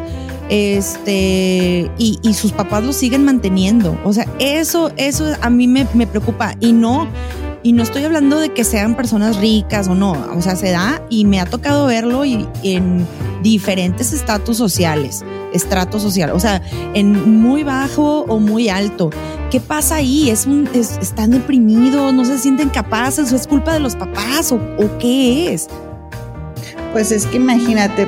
Speaker 7: y sus papás los siguen manteniendo. O sea, eso a mí me preocupa. Y no estoy hablando de que sean personas ricas o no. O sea, se da y me ha tocado verlo en diferentes estratos sociales, o sea, en muy bajo o muy alto. ¿Qué pasa ahí? ¿Están deprimidos? ¿No se sienten capaces? ¿O es culpa de los papás? ¿O qué es?
Speaker 2: Pues es que imagínate,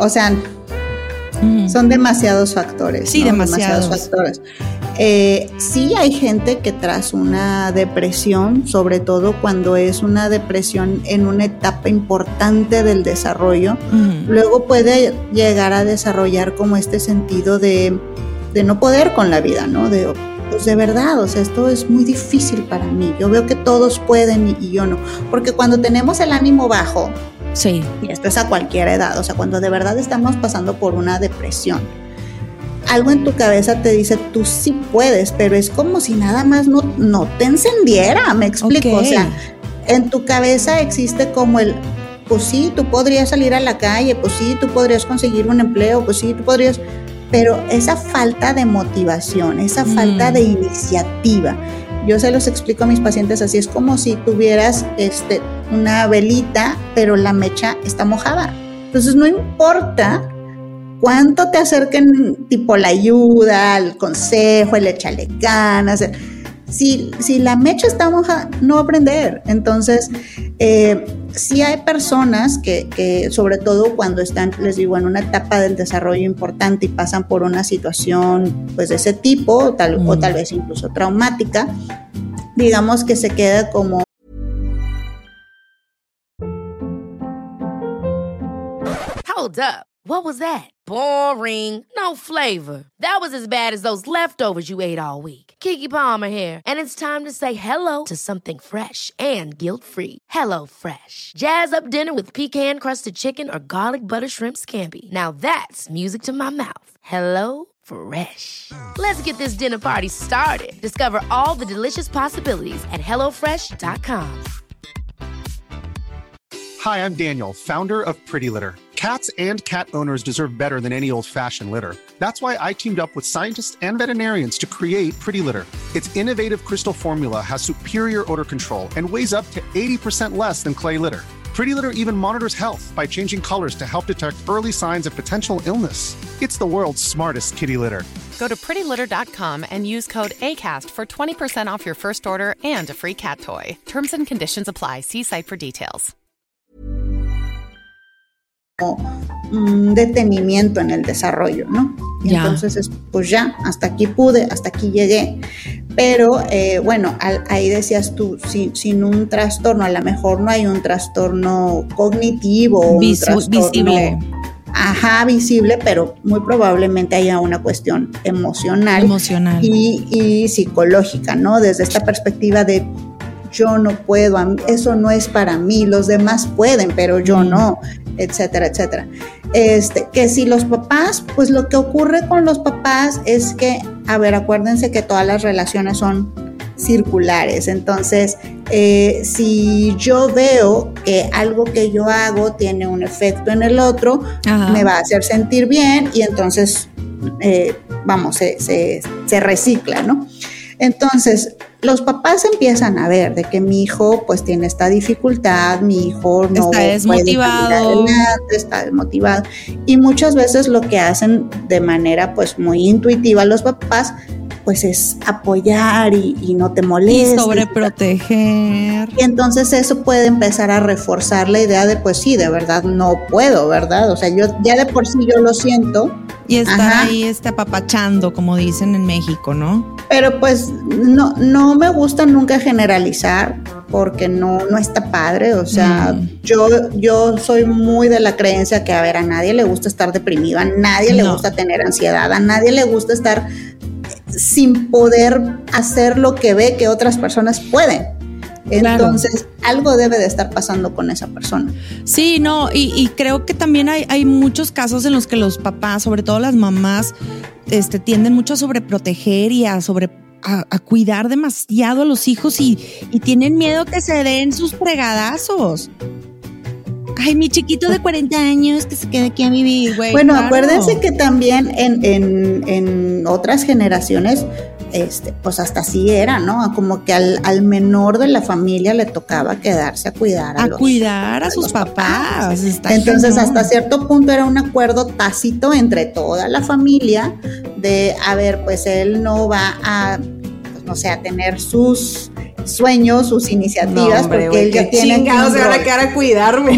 Speaker 2: son demasiados factores.
Speaker 7: Sí, ¿no? demasiados factores.
Speaker 2: Sí hay gente que tras una depresión, sobre todo cuando es una depresión en una etapa importante del desarrollo, luego puede llegar a desarrollar como este sentido de no poder con la vida, ¿no? Pues de verdad, o sea, esto es muy difícil para mí. Yo veo que todos pueden y yo no. Porque cuando tenemos el ánimo bajo,
Speaker 7: sí,
Speaker 2: y esto es a cualquier edad, o sea, cuando de verdad estamos pasando por una depresión, algo en tu cabeza te dice, tú sí puedes, pero es como si nada más no te encendiera, ¿me explico? Okay. O sea, en tu cabeza existe como pues sí, tú podrías salir a la calle, pues sí, tú podrías conseguir un empleo, pues sí, tú podrías, pero esa falta de motivación, esa falta de iniciativa, yo se los explico a mis pacientes así, es como si tuvieras una velita, pero la mecha está mojada. Entonces no importa cuánto te acerquen tipo la ayuda, el consejo, el échale ganas, si la mecha está mojada, no va a aprender. Entonces, sí hay personas que sobre todo cuando están, les digo, en una etapa del desarrollo importante y pasan por una situación pues de ese tipo, o tal vez incluso traumática, digamos que se queda como...
Speaker 4: Hold up. What was that? Boring. No flavor. That was as bad as those leftovers you ate all week. Keke Palmer here, and it's time to say hello to something fresh and guilt-free. Hello Fresh. Jazz up dinner with pecan-crusted chicken or garlic butter shrimp scampi. Now that's music to my mouth. Hello Fresh. Let's get this dinner party started. Discover all the delicious possibilities at HelloFresh.com.
Speaker 8: Hi, I'm Daniel, founder of Pretty Litter. Cats and cat owners deserve better than any old-fashioned litter. That's why I teamed up with scientists and veterinarians to create Pretty Litter. Its innovative crystal formula has superior odor control and weighs up to 80% less than clay litter. Pretty Litter even monitors health by changing colors to help detect early signs of potential illness. It's the world's smartest kitty litter.
Speaker 9: Go to prettylitter.com and use code ACAST for 20% off your first order and a free cat toy. Terms and conditions apply. See site for details.
Speaker 2: Detenimiento en el desarrollo, ¿no? Y entonces, pues ya, hasta aquí pude, hasta aquí llegué. Pero, bueno, ahí decías tú, sin un trastorno, a lo mejor no hay un trastorno cognitivo, un trastorno visible. Ajá, visible, pero muy probablemente haya una cuestión emocional. Y psicológica, ¿no? Desde esta perspectiva de yo no puedo, eso no es para mí, los demás pueden, pero yo no, etcétera, etcétera. Que si los papás, pues lo que ocurre con los papás es que, a ver, acuérdense que todas las relaciones son circulares, entonces si yo veo que algo que yo hago tiene un efecto en el otro, me va a hacer sentir bien y entonces, se recicla, ¿no? Entonces, los papás empiezan a ver de que mi hijo pues tiene esta dificultad, mi hijo no
Speaker 7: está desmotivado,
Speaker 2: está desmotivado, y muchas veces lo que hacen de manera pues muy intuitiva los papás pues es apoyar y no te molestes.
Speaker 7: Y sobreproteger.
Speaker 2: Y entonces eso puede empezar a reforzar la idea de pues sí, de verdad no puedo, ¿verdad? O sea, yo ya de por sí yo lo siento.
Speaker 7: Y está ahí apapachando, como dicen en México, ¿no?
Speaker 2: Pero pues no me gusta nunca generalizar porque no está padre, o sea, yo soy muy de la creencia que, a ver, a nadie le gusta estar deprimido, a nadie le gusta tener ansiedad, a nadie le gusta estar sin poder hacer lo que ve que otras personas pueden. Entonces, algo debe de estar pasando con esa persona.
Speaker 7: Sí, no, y creo que también hay muchos casos en los que los papás, sobre todo las mamás, tienden mucho a sobreproteger y a cuidar demasiado a los hijos y tienen miedo que se den sus fregadazos. Ay, mi chiquito de 40 años que se quede aquí a vivir, güey.
Speaker 2: Bueno, claro. Acuérdense que también en otras generaciones, pues hasta así era, ¿no? Como que al menor de la familia le tocaba quedarse a cuidar a
Speaker 7: sus papás.
Speaker 2: Entonces, hasta cierto punto era un acuerdo tácito entre toda la familia de, a ver, pues él no va a, pues, no sé, a tener sus sueños, sus iniciativas, no, hombre, porque él ya tiene
Speaker 1: chingados se van a quedar a cuidarme.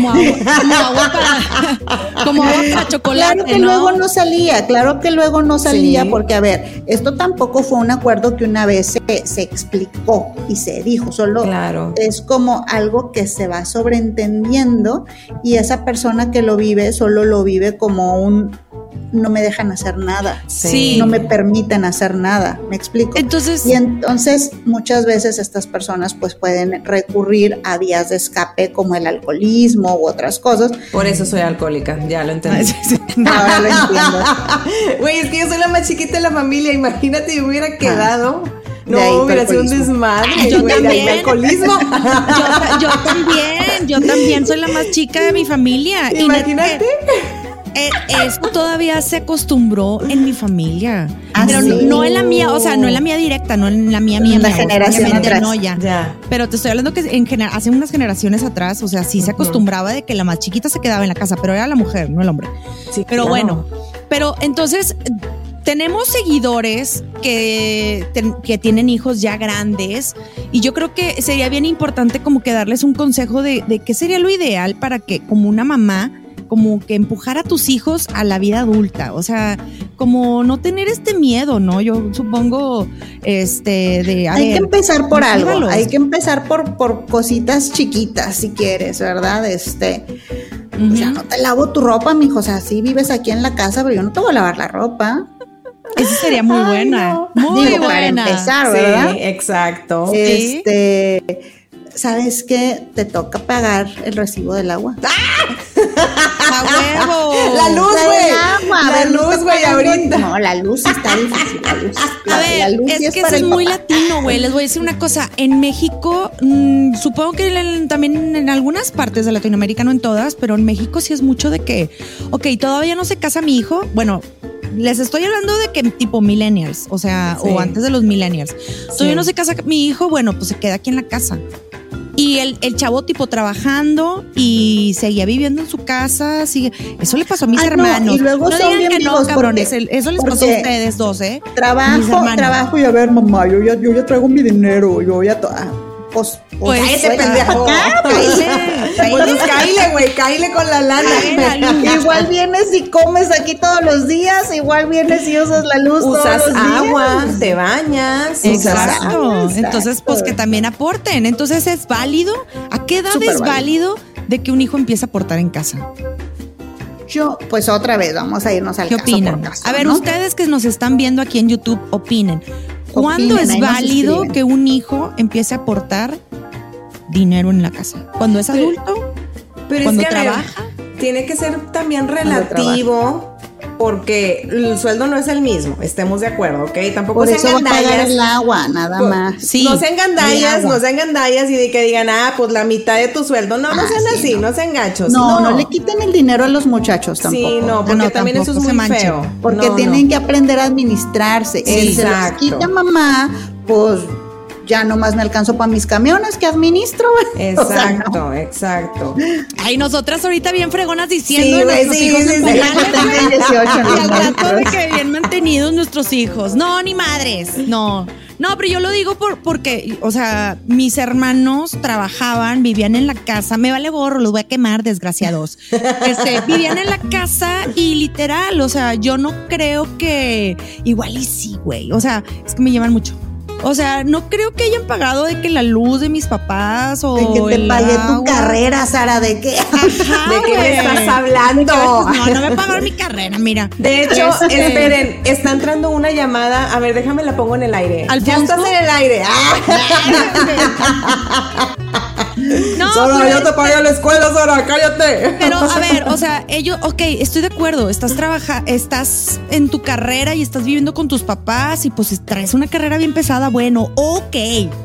Speaker 7: Como agua para chocolate.
Speaker 2: Claro que luego no salía, sí. Porque, a ver, esto tampoco fue un acuerdo que una vez se explicó y se dijo, solo es como algo que se va sobreentendiendo y esa persona que lo vive solo lo vive como no me dejan hacer nada, no me permiten hacer nada, ¿me explico? Y entonces muchas veces estas personas pues pueden recurrir a vías de escape como el alcoholismo u otras cosas.
Speaker 1: Por eso soy alcohólica, ya lo entendí.
Speaker 2: Ahora lo entiendo.
Speaker 1: Güey, es que yo soy la más chiquita de la familia, imagínate, yo me hubiera quedado... No, hubiera sido un desmadre.
Speaker 7: Yo también. Alcoholismo. Yo también soy la más chica de mi familia.
Speaker 1: Imagínate.
Speaker 7: Eso todavía se acostumbró en mi familia. Pero
Speaker 2: ¿sí?
Speaker 7: No en la mía, o sea, no en la mía directa, no en la mía.
Speaker 2: La generación atrás.
Speaker 7: No, ya. Pero te estoy hablando que hace unas generaciones atrás, o sea, sí se acostumbraba de que la más chiquita se quedaba en la casa, pero era la mujer, no el hombre. Sí, pero bueno, pero entonces tenemos seguidores que tienen hijos ya grandes y yo creo que sería bien importante como que darles un consejo de qué sería lo ideal para que como una mamá como que empujar a tus hijos a la vida adulta, o sea, como no tener este miedo, ¿no? Yo supongo, hay
Speaker 2: que empezar por algo, hay que empezar por cositas chiquitas, si quieres, ¿verdad? O sea, no te lavo tu ropa, mijo, o sea, sí vives aquí en la casa, pero yo no te voy a lavar la ropa.
Speaker 7: Esa sería muy buena, no. Muy buena.
Speaker 2: Para empezar, ¿verdad?
Speaker 1: Sí, exacto.
Speaker 2: ¿Sabes qué? Te toca pagar el recibo del agua.
Speaker 7: ¡A huevo!
Speaker 1: La luz, güey, ahorita.
Speaker 2: No, la luz está difícil.
Speaker 7: La luz es que eso es muy latino, güey. Les voy a decir una cosa. En México, supongo que también en algunas partes de Latinoamérica, no en todas, pero en México sí es mucho de que, todavía no se casa mi hijo. Bueno, les estoy hablando de que tipo millennials, o sea, o antes de los millennials. Todavía no se casa mi hijo, bueno, pues se queda aquí en la casa. Y el chavo tipo trabajando y seguía viviendo en su casa, eso le pasó a mis hermanos.
Speaker 2: No, y luego
Speaker 7: no
Speaker 2: son
Speaker 7: digan
Speaker 2: bien
Speaker 7: que
Speaker 2: vivos,
Speaker 7: no, cabrones, eso les pasó a ustedes dos,
Speaker 2: Trabajo y a ver, mamá, yo ya traigo mi dinero, yo ya pues
Speaker 1: cállate, pendejo. Cáile con la lana.
Speaker 2: Igual vienes y comes aquí todos los días, igual vienes y usas la luz todos los días. Usas
Speaker 1: agua, te bañas.
Speaker 7: Exacto. Entonces, pues que también aporten. Entonces, ¿es válido? ¿A qué edad es válido de que un hijo empiece a aportar en casa?
Speaker 2: Yo, pues otra vez, vamos a irnos al caso por caso.
Speaker 7: A ver, ustedes que nos están viendo aquí en YouTube, opinen. ¿Cuándo es válido que un hijo empiece a aportar dinero en la casa? ¿Cuando es adulto?
Speaker 1: Pero
Speaker 7: ¿Cuando
Speaker 1: es que,
Speaker 7: trabaja?
Speaker 1: Tiene que ser también relativo, porque el sueldo no es el mismo, estemos de acuerdo, ¿ok? Tampoco
Speaker 2: por
Speaker 1: sean
Speaker 2: eso
Speaker 1: gandallas.
Speaker 2: Va a pagar el agua, nada más.
Speaker 1: Sí. No sean gandallas y de que digan, pues la mitad de tu sueldo. No sean así, no sean gachos.
Speaker 2: No le quiten el dinero a los muchachos tampoco.
Speaker 1: Sí, porque también eso es muy feo.
Speaker 2: Porque tienen que aprender a administrarse. Si se los quita mamá, pues ya nomás me alcanzo para mis camiones que administro.
Speaker 1: Exacto, exacto.
Speaker 7: Ay, nosotras ahorita bien fregonas diciendo de nuestros hijos en
Speaker 2: y
Speaker 7: al rato de que bien mantenidos nuestros hijos. No, ni madres. No, pero yo lo digo porque, o sea, mis hermanos trabajaban, vivían en la casa. Me vale gorro, los voy a quemar, desgraciados. Vivían en la casa y literal, o sea, yo no creo que igual y sí, güey. O sea, es que me llevan mucho. O sea, no creo que hayan pagado de que la luz de mis papás o
Speaker 2: de que te pagué
Speaker 7: agua.
Speaker 2: Tu carrera, Sara, ¿de qué?
Speaker 7: Ajá,
Speaker 1: ¿De qué me estás hablando?
Speaker 7: No me pagaron mi carrera, mira.
Speaker 1: De hecho, esperen, está entrando una llamada. A ver, déjame la pongo en el aire.
Speaker 7: ¿Alfonso?
Speaker 1: Ya estás en el aire.
Speaker 7: No,
Speaker 1: Sara, yo te pagué a la escuela, Sara, cállate.
Speaker 7: Pero a ver, o sea, ellos, ok, estoy de acuerdo, estás en tu carrera y estás viviendo con tus papás y pues traes una carrera bien pesada, bueno, ok,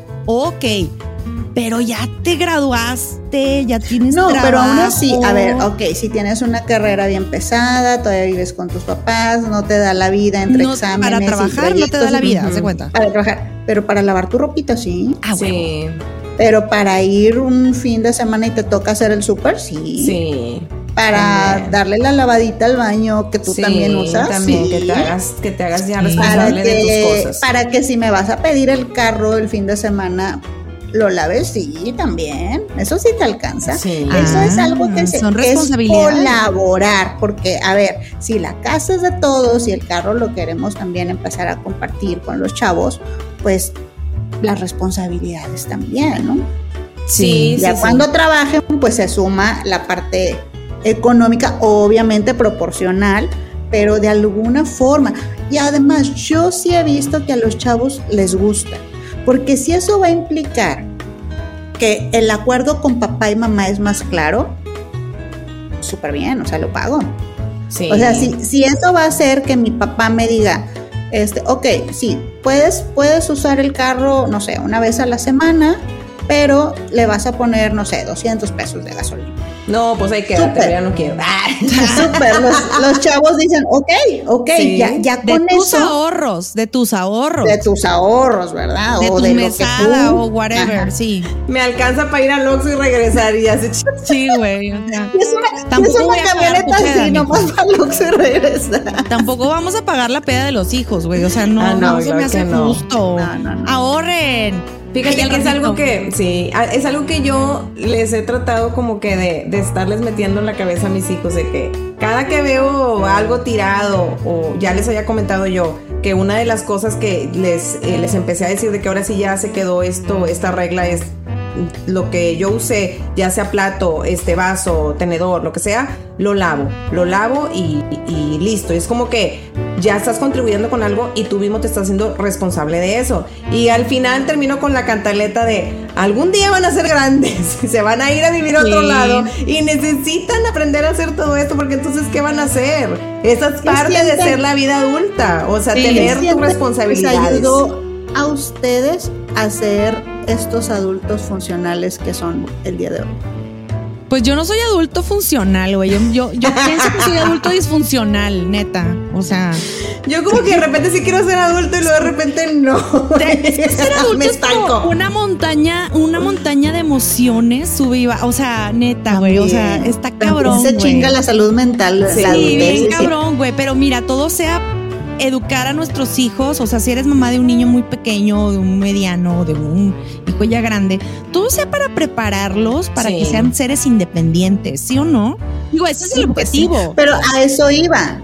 Speaker 7: pero ya te graduaste, ya tienes trabajo.
Speaker 2: Pero aún así, a ver, ok, si tienes una carrera bien pesada, todavía vives con tus papás, no te da la vida entre exámenes.
Speaker 7: Para trabajar no te da la vida, ¿se cuenta?
Speaker 2: Para trabajar, pero para lavar tu ropita, sí.
Speaker 7: Ah, sí.
Speaker 2: Pero para ir un fin de semana y te toca hacer el súper, sí.
Speaker 1: Sí.
Speaker 2: Para darle la lavadita al baño que tú también usas.
Speaker 1: También,
Speaker 2: sí.
Speaker 1: que te hagas ya responsable de tus cosas.
Speaker 2: Para que si me vas a pedir el carro el fin de semana, lo laves, sí, también. Eso sí te alcanza.
Speaker 1: Sí.
Speaker 2: Eso es algo que
Speaker 7: son
Speaker 2: es colaborar. Porque, a ver, si la casa es de todos y el carro lo queremos también empezar a compartir con los chavos, pues las responsabilidades también, ¿no?
Speaker 1: Sí.
Speaker 2: Ya cuando trabajen, pues se suma la parte económica, obviamente proporcional, pero de alguna forma. Y además, yo sí he visto que a los chavos les gusta, porque si eso va a implicar que el acuerdo con papá y mamá es más claro, súper bien, o sea, lo pago.
Speaker 1: Sí.
Speaker 2: O sea, si eso va a hacer que mi papá me diga, ok, sí, puedes usar el carro, no sé, una vez a la semana, pero le vas a poner, no sé, 200 pesos de gasolina.
Speaker 1: No, pues ahí quédate, pero ya no quiero.
Speaker 2: Súper, los chavos dicen, ok, sí. ya con eso.
Speaker 7: De tus ahorros.
Speaker 2: De tus ahorros, ¿verdad?
Speaker 7: De
Speaker 2: o
Speaker 7: tu
Speaker 2: de
Speaker 7: mesada
Speaker 2: lo que tú,
Speaker 7: o whatever,
Speaker 2: ajá.
Speaker 7: Sí.
Speaker 1: Me alcanza para ir al Oxxo y regresar y ya se...
Speaker 7: Sí, güey. O sea,
Speaker 2: es una camioneta así, nomás para el Oxxo y regresar.
Speaker 7: Tampoco vamos a pagar la peda de los hijos, güey. O sea, no se me hace justo.
Speaker 2: No.
Speaker 7: Ahorren.
Speaker 1: Fíjate que es algo que, sí, es algo que yo les he tratado como que de estarles metiendo en la cabeza a mis hijos, de que cada que veo algo tirado, o ya les había comentado yo, que una de las cosas que les empecé a decir de que ahora sí ya se quedó esta regla es lo que yo usé, ya sea plato, vaso, tenedor, lo que sea, lo lavo y listo. Es como que ya estás contribuyendo con algo y tú mismo te estás haciendo responsable de eso. Y al final termino con la cantaleta de algún día van a ser grandes, se van a ir a vivir a otro lado y necesitan aprender a hacer todo esto, porque entonces ¿qué van a hacer? Esa es parte de ser la vida adulta, o sea, tener tus responsabilidades.
Speaker 2: ¿Les ayudó a ustedes a ser estos adultos funcionales que son el día de hoy?
Speaker 7: Pues yo no soy adulto funcional, güey. Yo pienso que soy adulto disfuncional, neta. O sea,
Speaker 1: yo como que de repente sí quiero ser adulto y luego de repente no.
Speaker 7: Es que ser adulto es como una montaña de emociones, sube y baja. O sea, neta, güey. O sea, está cabrón.
Speaker 2: Se chinga la salud mental.
Speaker 7: Sí, bien cabrón, güey. Pero mira, todo sea educar a nuestros hijos, o sea, si eres mamá de un niño muy pequeño, de un mediano, de un hijo ya grande, todo sea para prepararlos para que sean seres independientes, ¿sí o no? Digo, ese es el objetivo.
Speaker 2: Sí. Pero a eso iba.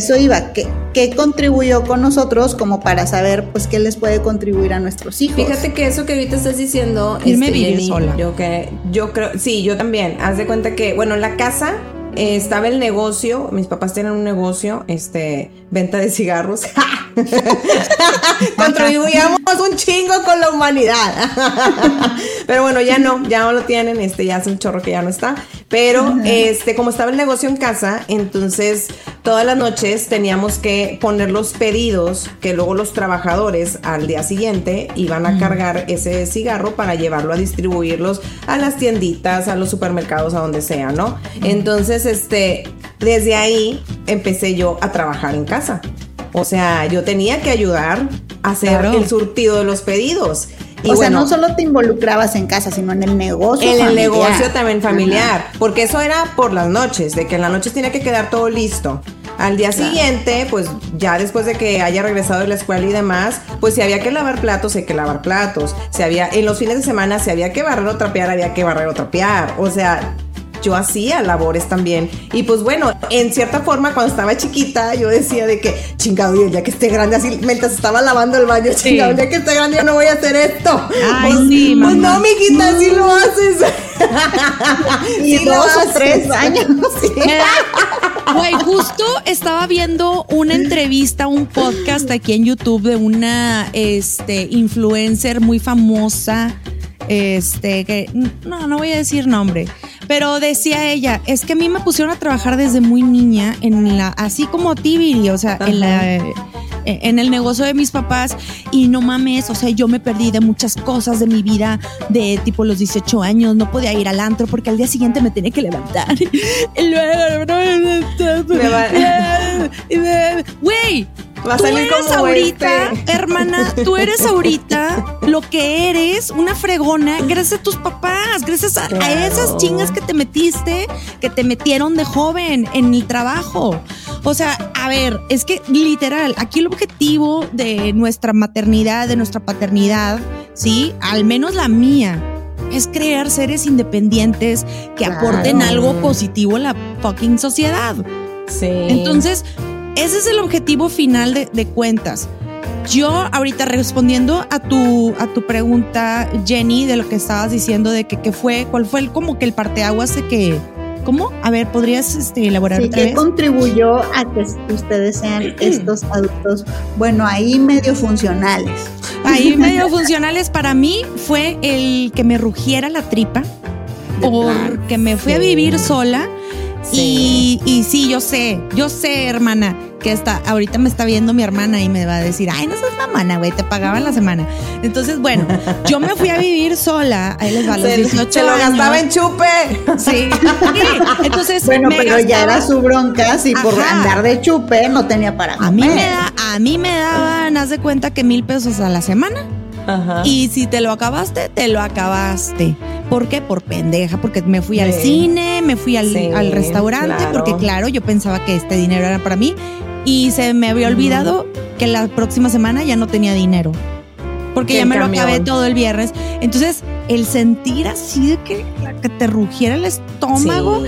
Speaker 2: ¿Qué contribuyó con nosotros como para saber, pues, qué les puede contribuir a nuestros hijos?
Speaker 1: Fíjate que eso que ahorita estás diciendo,
Speaker 7: irme a vivir sola.
Speaker 1: Yo creo, sí, yo también. Haz de cuenta que, bueno, en la casa estaba el negocio, mis papás tienen un negocio, venta de cigarros. Contribuíamos un chingo con la humanidad. Pero bueno, ya no lo tienen, ya hace un chorro que ya no está. Pero como estaba el negocio en casa, entonces todas las noches teníamos que poner los pedidos que luego los trabajadores al día siguiente iban a cargar ese cigarro para llevarlo a distribuirlos a las tienditas, a los supermercados, a donde sea, ¿no? Entonces, desde ahí empecé yo a trabajar en casa. O sea, yo tenía que ayudar a hacer el surtido de los pedidos. Y
Speaker 2: o sea, no solo te involucrabas en casa, sino en el negocio familiar.
Speaker 1: En el negocio también familiar. Ajá. Porque eso era por las noches, de que en las noches tenía que quedar todo listo. Al día siguiente, pues ya después de que haya regresado de la escuela y demás, pues si había que lavar platos, hay que lavar platos. En los fines de semana, si había que barrer o trapear, había que barrer o trapear. O sea, yo hacía labores también. Y pues bueno, en cierta forma, cuando estaba chiquita, yo decía de que, chingado, ya que esté grande, así mientras estaba lavando el baño, chingado, ya que esté grande, yo no voy a hacer esto.
Speaker 7: Ay,
Speaker 1: pues,
Speaker 7: sí,
Speaker 1: pues
Speaker 7: mamá.
Speaker 1: no, mijita, sí lo haces.
Speaker 2: Y sí 2 o 3 años.
Speaker 7: Güey, justo estaba viendo una entrevista, un podcast aquí en YouTube de una influencer muy famosa, que no voy a decir nombre, pero decía ella, es que a mí me pusieron a trabajar desde muy niña así como Tibiri, o sea, en el negocio de mis papás, y no mames, o sea, yo me perdí de muchas cosas de mi vida, de tipo los 18 años, no podía ir al antro porque al día siguiente me tenía que levantar. Y luego, güey, tú eres ahorita, hermana, tú eres ahorita lo que eres, una fregona, gracias a tus papás, gracias a esas chingas que te metiste, que te metieron de joven en el trabajo. O sea, a ver, es que literal, aquí el objetivo de nuestra maternidad, de nuestra paternidad, ¿sí? Al menos la mía, es crear seres independientes que aporten algo positivo a la fucking sociedad.
Speaker 1: Sí.
Speaker 7: Entonces, ese es el objetivo final de cuentas. Yo ahorita respondiendo a tu pregunta, Jenny, de lo que estabas diciendo de que fue, ¿cuál fue como que el parteaguas de que... ¿Cómo? A ver, ¿podrías elaborar otra vez?
Speaker 2: ¿Qué contribuyó a que ustedes sean estos adultos, bueno, ahí medio funcionales?
Speaker 7: Ahí medio funcionales para mí fue el que me rugiera la tripa, porque me fui a vivir sola. Sí. Y sí, yo sé, hermana, que ahorita me está viendo mi hermana y me va a decir, ay, no seas mamana, güey, te pagaban la semana. Entonces, bueno, yo me fui a vivir sola, ahí les va, a los 18 años.
Speaker 1: Se lo gastaba en chupe.
Speaker 7: Sí. Entonces,
Speaker 2: bueno, pero ya era su bronca, si por andar de chupe no tenía para comer.
Speaker 7: A mí me daban, haz de cuenta que $1,000 a la semana. Ajá. Y si te lo acabaste, te lo acabaste. ¿Por qué? Por pendeja, porque me fui al cine, me fui al restaurante, porque claro, yo pensaba que este dinero era para mí y se me había olvidado que la próxima semana ya no tenía dinero, porque ya me lo acabé todo el viernes. Entonces, el sentir así de que te rugiera el estómago,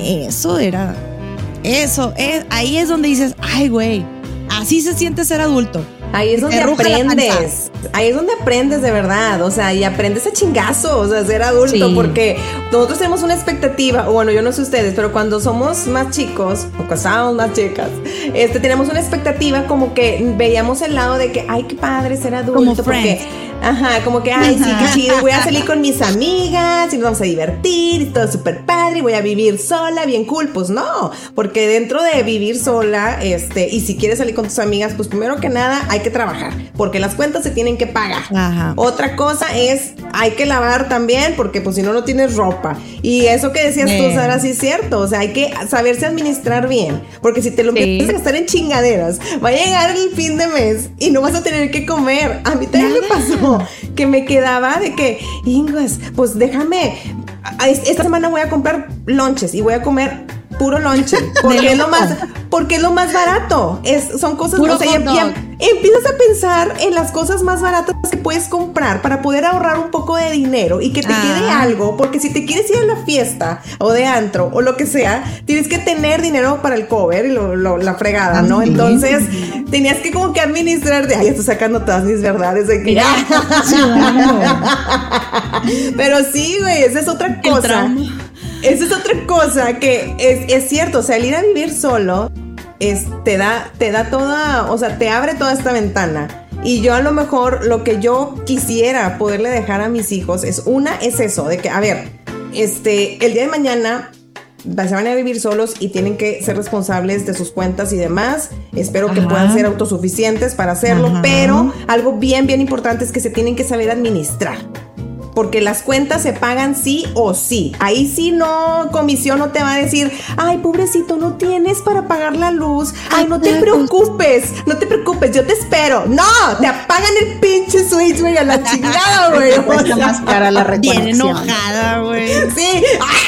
Speaker 7: ahí es donde dices, ay, güey, así se siente ser adulto.
Speaker 1: Ahí es donde aprendes. Ahí es donde aprendes de verdad. O sea, y aprendes a chingazos, a ser adulto. Porque nosotros tenemos una expectativa. Bueno, yo no sé ustedes, pero cuando somos más chicos, o cuando estábamos más chicas, tenemos una expectativa como que veíamos el lado de que, ay, qué padre ser adulto.
Speaker 7: Como
Speaker 1: porque, como que, ay, sí, qué chido. Voy a salir con mis amigas y nos vamos a divertir y todo súper padre. Y voy a vivir sola, bien cool. Pues no, porque dentro de vivir sola, y si quieres salir con tus amigas, pues primero que nada hay que trabajar, porque las cuentas se tienen que pagar. Ajá. Otra cosa es, hay que lavar también, porque pues si no, no tienes ropa. Y eso que decías tú, Sara, sí es cierto. O sea, hay que saberse administrar bien, porque si te lo empiezas a gastar en chingaderas, va a llegar el fin de mes y no vas a tener que comer. A mí también me pasó que me quedaba de que, Ingas, pues déjame, esta semana voy a comprar lonches y voy a comer puro lonche, porque es lo más barato. Son cosas, o sea, ya empiezas a pensar en las cosas más baratas que puedes comprar para poder ahorrar un poco de dinero y que te quede algo, porque si te quieres ir a la fiesta o de antro o lo que sea, tienes que tener dinero para el cover y la fregada, ¿no? Entonces tenías que como que administrarte. Ay, estoy sacando todas mis verdades de que pero sí, güey, esa es otra cosa. Esa es otra cosa que es cierto, o sea, el ir a vivir solo te da toda, o sea, te abre toda esta ventana. Y yo a lo mejor lo que yo quisiera poderle dejar a mis hijos es eso, de que, a ver, el día de mañana se van a vivir solos y tienen que ser responsables de sus cuentas y demás. Espero que puedan ser autosuficientes para hacerlo, pero algo bien, bien importante es que se tienen que saber administrar. Porque las cuentas se pagan sí o sí. Ahí sí no, comisión no te va a decir, ay, pobrecito, no tienes para pagar la luz. Ay, no te preocupes, yo te espero. No, te apagan el pinche switch, güey, a la chingada, güey.
Speaker 2: Cuesta más cara la reconexión.
Speaker 7: Bien enojada, güey.
Speaker 1: Sí.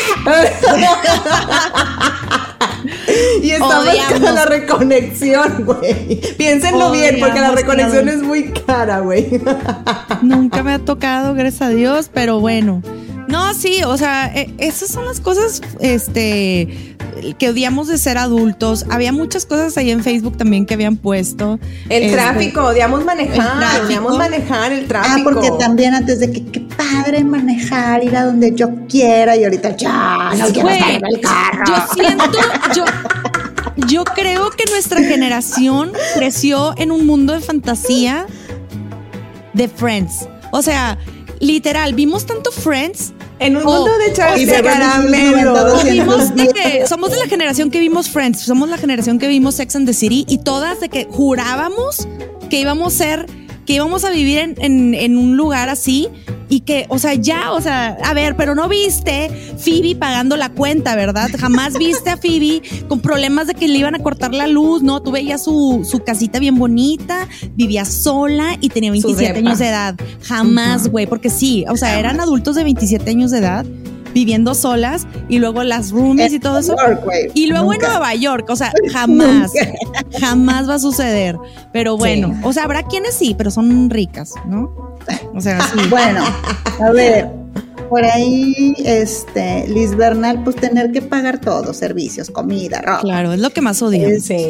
Speaker 1: Y está más cara la reconexión, güey. Piénsenlo bien, porque la reconexión es muy cara, güey.
Speaker 7: Nunca me ha tocado, gracias a Dios, pero bueno. No, sí, o sea, esas son las cosas que odiamos de ser adultos. Había muchas cosas ahí en Facebook también que habían puesto.
Speaker 1: El tráfico, odiamos manejar el tráfico.
Speaker 2: Porque también antes de que qué padre manejar, ir a donde yo quiera, y ahorita ya no quiero estar en el carro.
Speaker 7: Yo creo que nuestra generación creció en un mundo de fantasía de Friends. O sea, literal, vimos tanto Friends.
Speaker 1: En un mundo de Charlie de caramelo.
Speaker 7: Somos de la generación que vimos Friends, somos la generación que vimos Sex and the City, y todas de que jurábamos que íbamos a vivir en un lugar así, y que, o sea, a ver, pero no viste Phoebe pagando la cuenta, ¿verdad? Jamás viste a Phoebe con problemas de que le iban a cortar la luz, ¿no? Tú veías su casita bien bonita, vivía sola y tenía 27 años de edad. Jamás, güey, porque sí, o sea, eran adultos de 27 años de edad viviendo solas, y luego las roomies y todo eso. Y luego en Nueva York, o sea, jamás va a suceder. Pero bueno, o sea, habrá quienes sí, pero son ricas, ¿no? O sea, sí.
Speaker 2: Bueno, a ver, por ahí, Liz Bernal, pues tener que pagar todo, servicios, comida, ropa.
Speaker 7: Claro, es lo que más odio.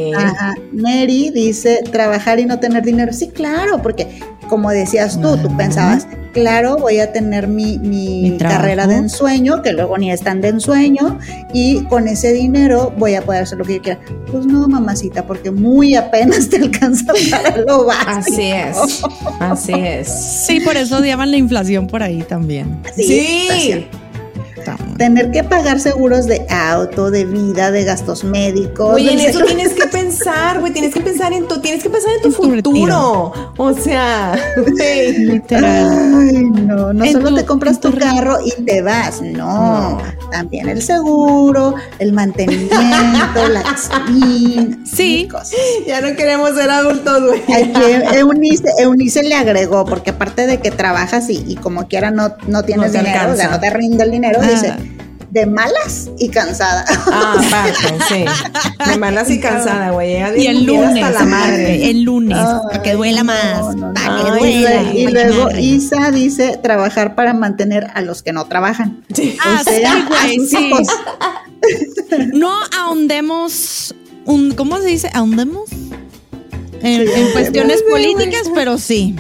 Speaker 2: Neri dice, trabajar y no tener dinero. Sí, claro, porque como decías tú pensabas, claro, voy a tener mi carrera de ensueño, que luego ni es tan de ensueño, y con ese dinero voy a poder hacer lo que yo quiera. Pues no, mamacita, porque muy apenas te alcanza para lo básico.
Speaker 1: Así es.
Speaker 7: Sí, por eso odiaban la inflación por ahí también.
Speaker 2: Sí. Tener que pagar seguros de auto, de vida, de gastos médicos.
Speaker 1: Oye, en eso tienes que pensar, güey, tienes que pensar en tu futuro. O sea,
Speaker 2: literal. Ay, no solo te compras tu carro y te vas, no. También el seguro, el mantenimiento, la gasolina.
Speaker 7: Sí.
Speaker 2: Cosas.
Speaker 1: Ya no queremos ser adultos, güey.
Speaker 2: Eunice le agregó, porque aparte de que trabajas y como quiera no tienes dinero, o sea, no te rinde el dinero, dice, de malas y cansada.
Speaker 1: Sí. De malas y cansada, güey.
Speaker 7: Y el lunes, hasta la madre. El lunes, para que duela más. Para que duela.
Speaker 2: Y luego Isa dice, trabajar para mantener a los que no trabajan.
Speaker 7: Sí. Sí. No ahondemos, ¿cómo se dice? ¿Ahondemos? En cuestiones políticas, pero sí.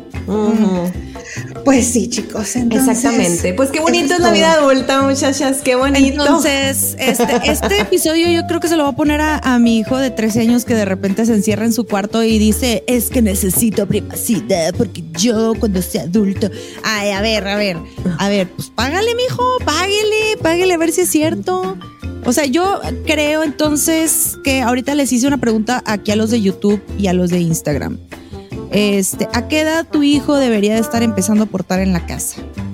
Speaker 2: Pues sí, chicos, entonces.
Speaker 1: Exactamente. Pues qué bonito es la vida adulta, muchachas, qué bonito.
Speaker 7: Entonces, este episodio yo creo que se lo voy a poner a mi hijo de 13 años que de repente se encierra en su cuarto y dice, es que necesito privacidad porque yo cuando sea adulto. Ay, a ver, pues págale, mijo, páguele, a ver si es cierto. O sea, yo creo entonces que ahorita les hice una pregunta aquí a los de YouTube y a los de Instagram. ¿A qué edad tu hijo debería de estar empezando a aportar en la casa?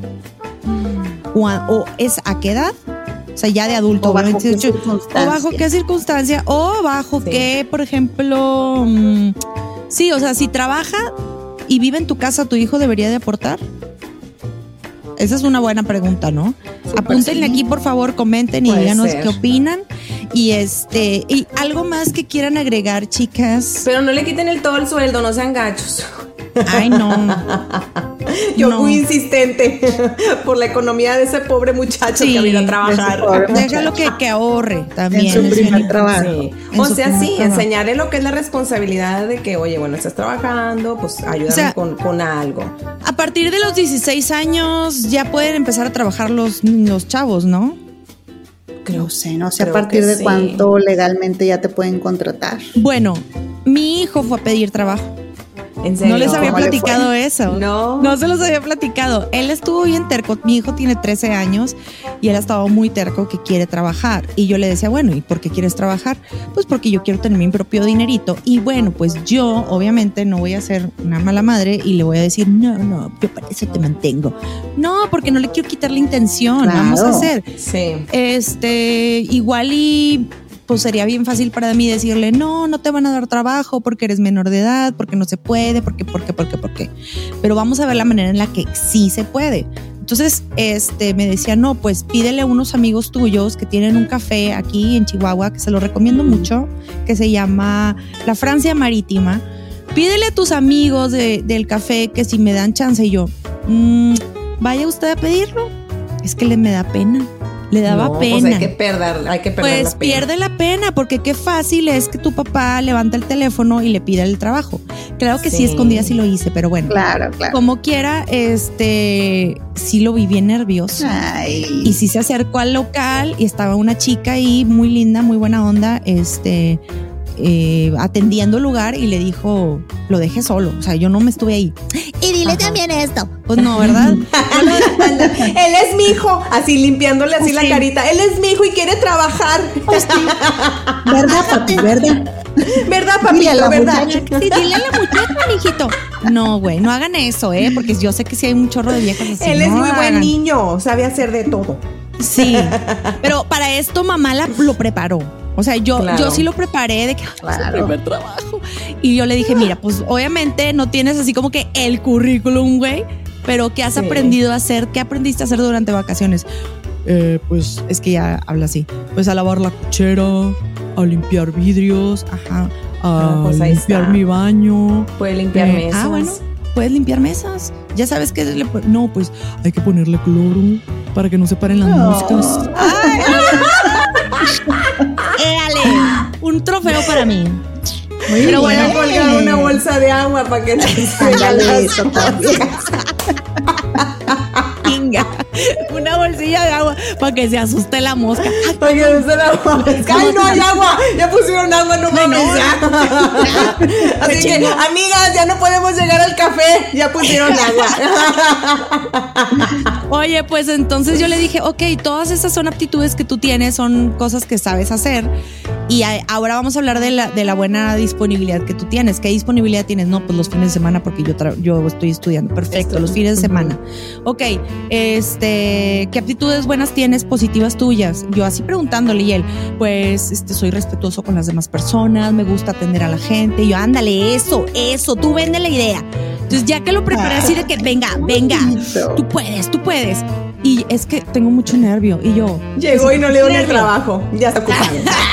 Speaker 7: ¿O es a qué edad? O sea, ya de adulto.
Speaker 2: ¿O bajo qué circunstancia?
Speaker 7: ¿O bajo qué circunstancia? ¿O bajo qué, por ejemplo? Sí, o sea, si trabaja y vive en tu casa, ¿tu hijo debería de aportar? Esa es una buena pregunta, ¿no? Apúntenle aquí, por favor, comenten y díganos qué opinan. Y y algo más que quieran agregar, chicas.
Speaker 1: Pero no le quiten todo el sueldo, no sean gachos.
Speaker 7: Ay, no.
Speaker 1: Yo muy insistente por la economía de ese pobre muchacho que ha ido a trabajar.
Speaker 7: Déjalo que ahorre también.
Speaker 2: En su primer trabajo.
Speaker 1: Sí. O sea, sí, enseñarle lo que es la responsabilidad de que, oye, bueno, estás trabajando, pues ayúdame con algo.
Speaker 7: A partir de los 16 años ya pueden empezar a trabajar los chavos, ¿no?
Speaker 2: No sé a partir de cuánto legalmente ya te pueden contratar.
Speaker 7: Bueno, mi hijo fue a pedir trabajo.
Speaker 1: ¿En serio?
Speaker 7: No les había platicado eso.
Speaker 1: No
Speaker 7: se los había platicado. Él estuvo bien terco. Mi hijo tiene 13 años y él ha estado muy terco que quiere trabajar. Y yo le decía, bueno, ¿y por qué quieres trabajar? Pues porque yo quiero tener mi propio dinerito. Y bueno, pues yo obviamente no voy a ser una mala madre y le voy a decir, no, yo para eso te mantengo. No, porque no le quiero quitar la intención. Claro. Vamos a hacer.
Speaker 1: Sí.
Speaker 7: Igual y pues sería bien fácil para mí decirle, no te van a dar trabajo porque eres menor de edad, porque no se puede, porque. Pero vamos a ver la manera en la que sí se puede. Entonces, me decía, no, pues pídele a unos amigos tuyos que tienen un café aquí en Chihuahua, que se lo recomiendo mucho, que se llama La Francia Marítima. Pídele a tus amigos del café que si me dan chance. Y yo, vaya usted a pedirlo. es que me da pena. Le daba pena.
Speaker 1: Pues hay que perder la pena.
Speaker 7: Pues pierde la pena, porque qué fácil es que tu papá levanta el teléfono y le pida el trabajo. Claro que sí escondidas sí lo hice, pero bueno.
Speaker 2: Claro.
Speaker 7: Como quiera, sí lo vi bien nervioso.
Speaker 2: Ay.
Speaker 7: Y sí se acercó al local y estaba una chica ahí muy linda, muy buena onda, atendiendo el lugar y le dijo, lo dejé solo, o sea, yo no me estuve ahí. Y dile también esto. Pues no, ¿verdad?
Speaker 1: Él es mi hijo, así limpiándole así la carita. Él es mi hijo y quiere trabajar.
Speaker 2: ¿Verdad, papi? ¿Verdad?
Speaker 1: ¿Verdad, papito? ¿Verdad?
Speaker 7: Sí, dile a la muchacha, mijito. No, güey, no hagan eso, porque yo sé que sí hay un chorro de viejas así.
Speaker 1: Él es muy buen niño, sabe hacer de todo.
Speaker 7: Sí, pero para esto mamá lo preparó. O sea, yo sí lo preparé de que es el primer trabajo. Y yo le dije, mira, pues obviamente no tienes así como que el currículum, güey, pero ¿qué has aprendido a hacer? ¿Qué aprendiste a hacer durante vacaciones? Pues es que ya habla así. Pues a lavar la cochera, a limpiar vidrios, a limpiar mi baño.
Speaker 1: Puede limpiar mesas.
Speaker 7: Bueno, puedes limpiar mesas. Ya sabes que no, pues hay que ponerle cloro para que no se paren las moscas. Un trofeo para mí.
Speaker 1: Pero voy a colgar una bolsa de agua para que no se vaya eso también.
Speaker 7: Una bolsilla de agua para que se asuste la mosca.
Speaker 1: Para que se asuste la mosca. ¡Ay, no hay agua! Ya pusieron agua, no mames. Así que, amigas, ya no podemos llegar al café. Ya pusieron agua.
Speaker 7: Oye, pues entonces yo le dije, ok, todas esas son aptitudes que tú tienes, son cosas que sabes hacer. Y ahora vamos a hablar de la buena disponibilidad que tú tienes. ¿Qué disponibilidad tienes? No, pues los fines de semana, porque yo estoy estudiando. Perfecto, los fines de semana. Ok, ¿qué aptitudes buenas tienes, positivas tuyas? Yo así preguntándole, y él, pues soy respetuoso con las demás personas, me gusta atender a la gente. Y yo, ándale, eso, tú vende la idea. Entonces ya que lo preparé así de que venga, tú puedes. Y es que tengo mucho nervio. Y yo...
Speaker 1: Llegó y no le dio ni el trabajo. Ya está ocupado.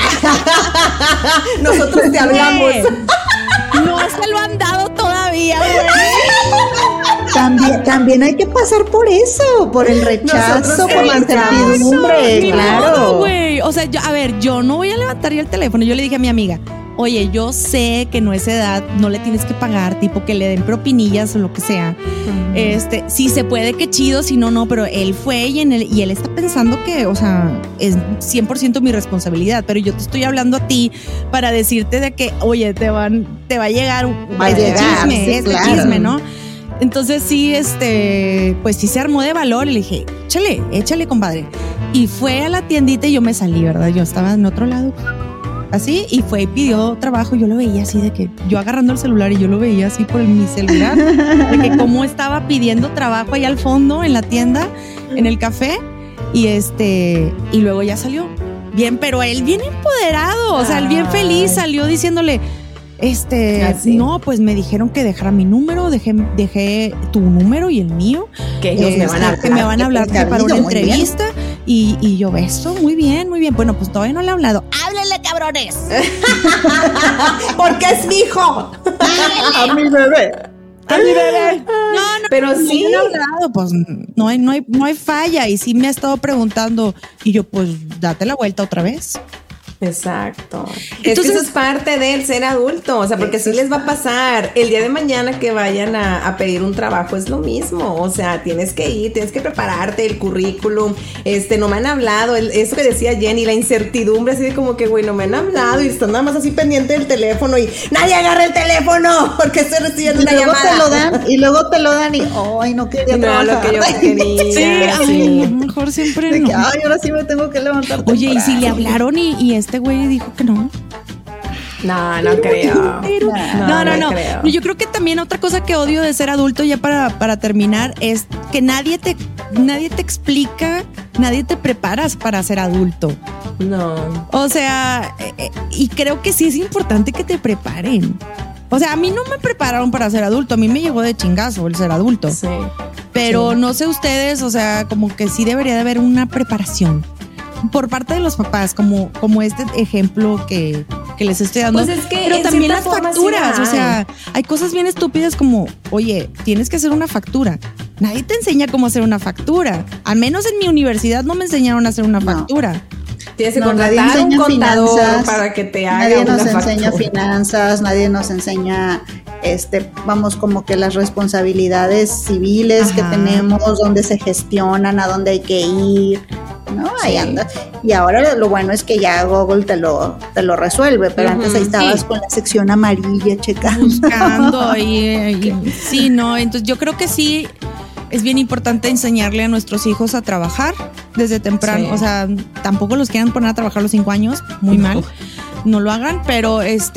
Speaker 1: Nosotros te hablamos.
Speaker 7: No se lo han dado todavía, güey.
Speaker 2: También hay que pasar por eso, por el rechazo, por la incertidumbre, claro.
Speaker 7: Güey, o sea, yo no voy a levantar ya el teléfono. Yo le dije a mi amiga, oye, yo sé que no es edad, no le tienes que pagar, tipo que le den propinillas o lo que sea. Si se puede, qué chido, si no, no, pero él fue y él está pensando que, o sea, es 100% mi responsabilidad, pero yo te estoy hablando a ti para decirte de que, oye, te va a llegar chisme, ¿no? Entonces sí, pues sí se armó de valor y le dije, échale, compadre. Y fue a la tiendita y yo me salí, ¿verdad? Yo estaba en otro lado. Así, y fue y pidió trabajo. Yo lo veía así de que yo agarrando el celular y yo lo veía así por mi celular de que cómo estaba pidiendo trabajo ahí al fondo en la tienda, en el café, y luego ya salió bien, pero él bien empoderado, o sea, él bien feliz salió diciéndole no, pues me dijeron que dejara mi número, dejé tu número y el mío,
Speaker 1: que ellos
Speaker 7: me van a hablar para una entrevista. Y yo, eso, muy bien. Bueno, pues todavía no le he hablado. ¡Háblenle, cabrones!
Speaker 1: Porque es mi hijo.
Speaker 2: A mi bebé.
Speaker 7: No,
Speaker 1: pero sí.
Speaker 7: No he hablado, pues no hay falla. Y sí me ha estado preguntando. Y yo, pues, date la vuelta otra vez.
Speaker 1: Exacto. Entonces, eso es parte del ser adulto, o sea, porque sí les va a pasar. El día de mañana que vayan a pedir un trabajo es lo mismo, o sea, tienes que ir, tienes que prepararte el currículum, no me han hablado, eso que decía Jenny, la incertidumbre, así de como que, güey, no me han hablado y están nada más así pendiente del teléfono y nadie agarra el teléfono porque estoy recibiendo una llamada.
Speaker 2: Y luego te lo dan y, ay, no quería trabajar.
Speaker 1: No, lo que yo quería.
Speaker 7: Sí. A lo mejor siempre
Speaker 2: de
Speaker 7: no.
Speaker 2: Que, ay, ahora sí me tengo que levantar temprano.
Speaker 7: Oye, y si le hablaron y este güey dijo que no.
Speaker 1: No creo.
Speaker 7: No. Creo. Yo creo que también otra cosa que odio de ser adulto, ya para terminar, es que nadie te explica, nadie te preparas para ser adulto.
Speaker 1: No.
Speaker 7: O sea, y creo que sí es importante que te preparen. O sea, a mí no me prepararon para ser adulto, a mí me llegó de chingazo el ser adulto.
Speaker 1: Sí.
Speaker 7: Pero no sé ustedes, o sea, como que sí debería de haber una preparación por parte de los papás, como este ejemplo que les estoy dando.
Speaker 1: Pues es que
Speaker 7: pero también las facturas, o sea, hay cosas bien estúpidas como, oye, tienes que hacer una factura. Nadie te enseña cómo hacer una factura. Al menos en mi universidad no me enseñaron a hacer una factura.
Speaker 1: Tienes que contratar un contador para que te haga una factura. Nadie nos enseña
Speaker 2: finanzas, nadie nos enseña, vamos, como que las responsabilidades civiles que tenemos, dónde se gestionan, a dónde hay que ir, ¿no? Sí. Ahí anda. Y ahora lo bueno es que ya Google te lo resuelve, pero antes ahí estabas con la sección amarilla checando.
Speaker 7: Buscando sí, ¿no? Entonces yo creo que sí es bien importante enseñarle a nuestros hijos a trabajar desde temprano. Sí. O sea, tampoco los quieran poner a trabajar a los 5 años, muy mal. No lo hagan, pero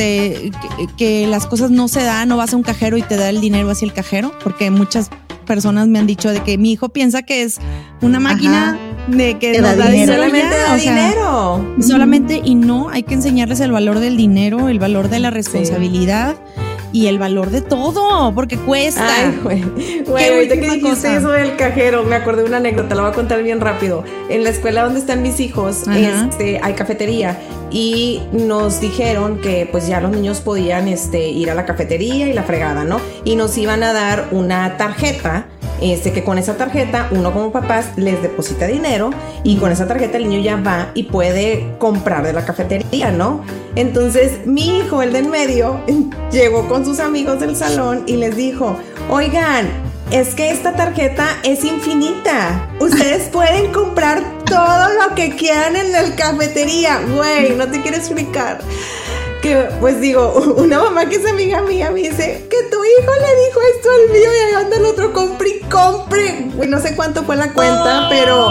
Speaker 7: que las cosas no se dan, no vas a un cajero y te da el dinero hacia el cajero, porque muchas personas me han dicho de que mi hijo piensa que es una máquina de que nos da dinero.
Speaker 1: Solamente da dinero.
Speaker 7: Solamente, y no, hay que enseñarles el valor del dinero, el valor de la responsabilidad. Y el valor de todo, porque cuesta.
Speaker 1: Ay, güey, ahorita que dijiste eso del cajero, me acordé de una anécdota, la voy a contar bien rápido. En la escuela donde están mis hijos, hay cafetería, y nos dijeron que pues ya los niños podían ir a la cafetería y la fregada, ¿no? Y nos iban a dar una tarjeta, que con esa tarjeta uno como papás les deposita dinero y con esa tarjeta el niño ya va y puede comprar de la cafetería, ¿no? Entonces mi hijo, el de en medio, llegó con sus amigos del salón y les dijo: oigan, es que esta tarjeta es infinita, ustedes pueden comprar todo lo que quieran en la cafetería. Güey, no te quiero explicar. Que pues digo, una mamá que es amiga mía me dice que tu hijo le dijo esto al mío y ahí anda el otro, compre. Güey, no sé cuánto fue la cuenta, pero...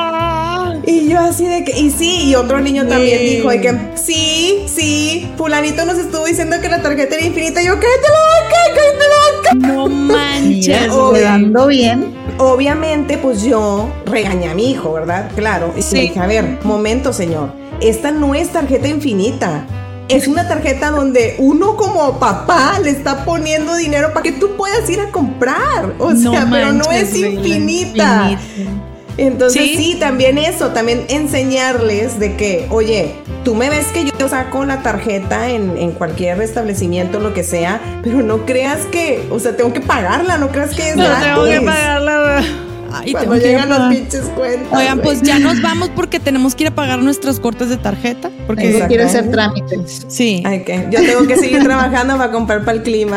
Speaker 1: Y yo así de que... Y sí, y otro niño también dijo de que sí, fulanito nos estuvo diciendo que la tarjeta era infinita. Y yo, cállate la boca.
Speaker 7: No manches.
Speaker 2: Quedando bien.
Speaker 1: Obviamente, pues yo regañé a mi hijo, ¿verdad? Claro. Y le dije, a ver, momento, señor. Esta no es tarjeta infinita. Es una tarjeta donde uno como papá le está poniendo dinero para que tú puedas ir a comprar. O sea, pero no es infinita. Entonces sí, también enseñarles de que, oye, tú me ves que yo saco la tarjeta en cualquier establecimiento, lo que sea, pero no creas que, o sea, tengo que pagarla, no creas que es gratis.
Speaker 7: Tengo que pagarla. Ay,
Speaker 1: cuando llegan las pinches cuentas.
Speaker 7: Oigan, pues ya nos vamos porque tenemos que ir a pagar nuestros cortes de tarjeta. Porque
Speaker 2: yo quiero hacer trámites.
Speaker 7: Sí.
Speaker 1: Okay. Yo tengo que seguir trabajando para comprar para el clima.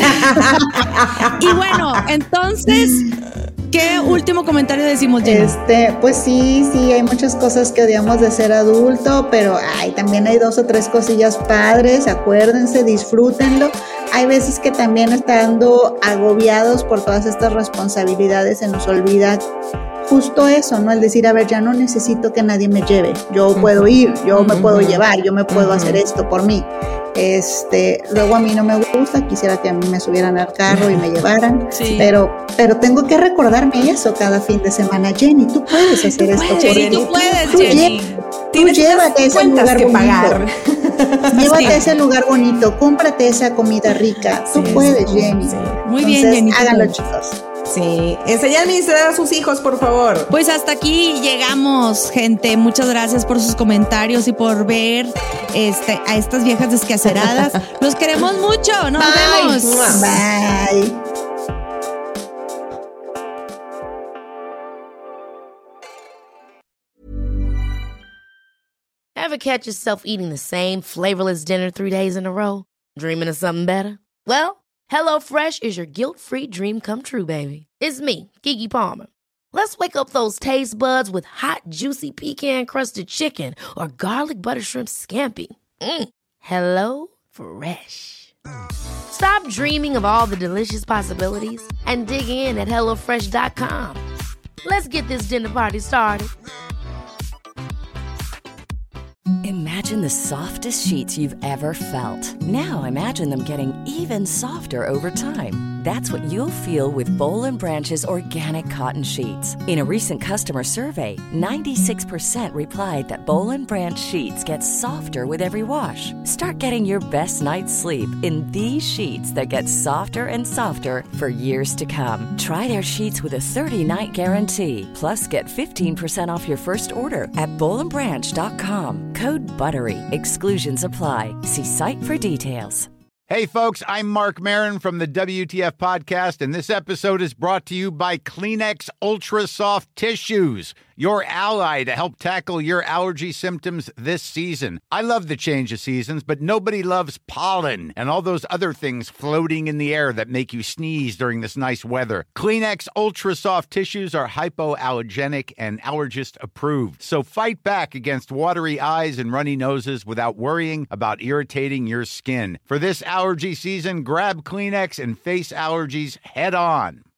Speaker 7: Y bueno, entonces, ¿qué último comentario decimos, Jenny?
Speaker 2: Pues sí, hay muchas cosas que odiamos de ser adulto, pero también hay 2 o 3 cosillas padres, acuérdense, disfrútenlo. Hay veces que también estando agobiados por todas estas responsabilidades se nos olvida justo eso, ¿no? El decir, a ver, ya no necesito que nadie me lleve, yo puedo ir, yo me puedo llevar, yo me puedo hacer esto por mí. Luego a mí no me gusta, quisiera que a mí me subieran al carro y me llevaran, pero tengo que recordarme eso cada fin de semana. Jenny, tú puedes hacer esto por mí.
Speaker 7: Tú puedes, Jenny.
Speaker 2: Tú llévate a ese lugar bonito. Llévate a ese lugar bonito, cómprate esa comida rica. Tú puedes, Jenny.
Speaker 7: Sí. Muy bien, Jenny.
Speaker 2: Háganlo, chicos.
Speaker 1: Sí, enseñar a administrar a sus hijos, por favor.
Speaker 7: Pues hasta aquí llegamos, gente. Muchas gracias por sus comentarios y por ver a estas viejas desquaceradas. Los queremos mucho. Nos vemos.
Speaker 2: Bye.
Speaker 4: Ever catch yourself eating the same flavorless dinner 3 days in a row? Dreaming of something better? Well, HelloFresh is your guilt-free dream come true, baby. It's me, Keke Palmer. Let's wake up those taste buds with hot, juicy pecan-crusted chicken or garlic butter shrimp scampi. Hello Fresh. Stop dreaming of all the delicious possibilities and dig in at HelloFresh.com. Let's get this dinner party started.
Speaker 10: Imagine the softest sheets you've ever felt. Now imagine them getting even softer over time. That's what you'll feel with Boll & Branch's organic cotton sheets. In a recent customer survey, 96% replied that Boll & Branch sheets get softer with every wash. Start getting your best night's sleep in these sheets that get softer and softer for years to come. Try their sheets with a 30-night guarantee. Plus, get 15% off your first order at BollandBranch.com. Code BUTTERY. Exclusions apply. See site for details.
Speaker 11: Hey, folks, I'm Mark Maron from the WTF Podcast, and this episode is brought to you by Kleenex Ultra Soft Tissues, your ally to help tackle your allergy symptoms this season. I love the change of seasons, but nobody loves pollen and all those other things floating in the air that make you sneeze during this nice weather. Kleenex Ultra Soft Tissues are hypoallergenic and allergist approved, so fight back against watery eyes and runny noses without worrying about irritating your skin. For this allergy season, grab Kleenex and face allergies head on.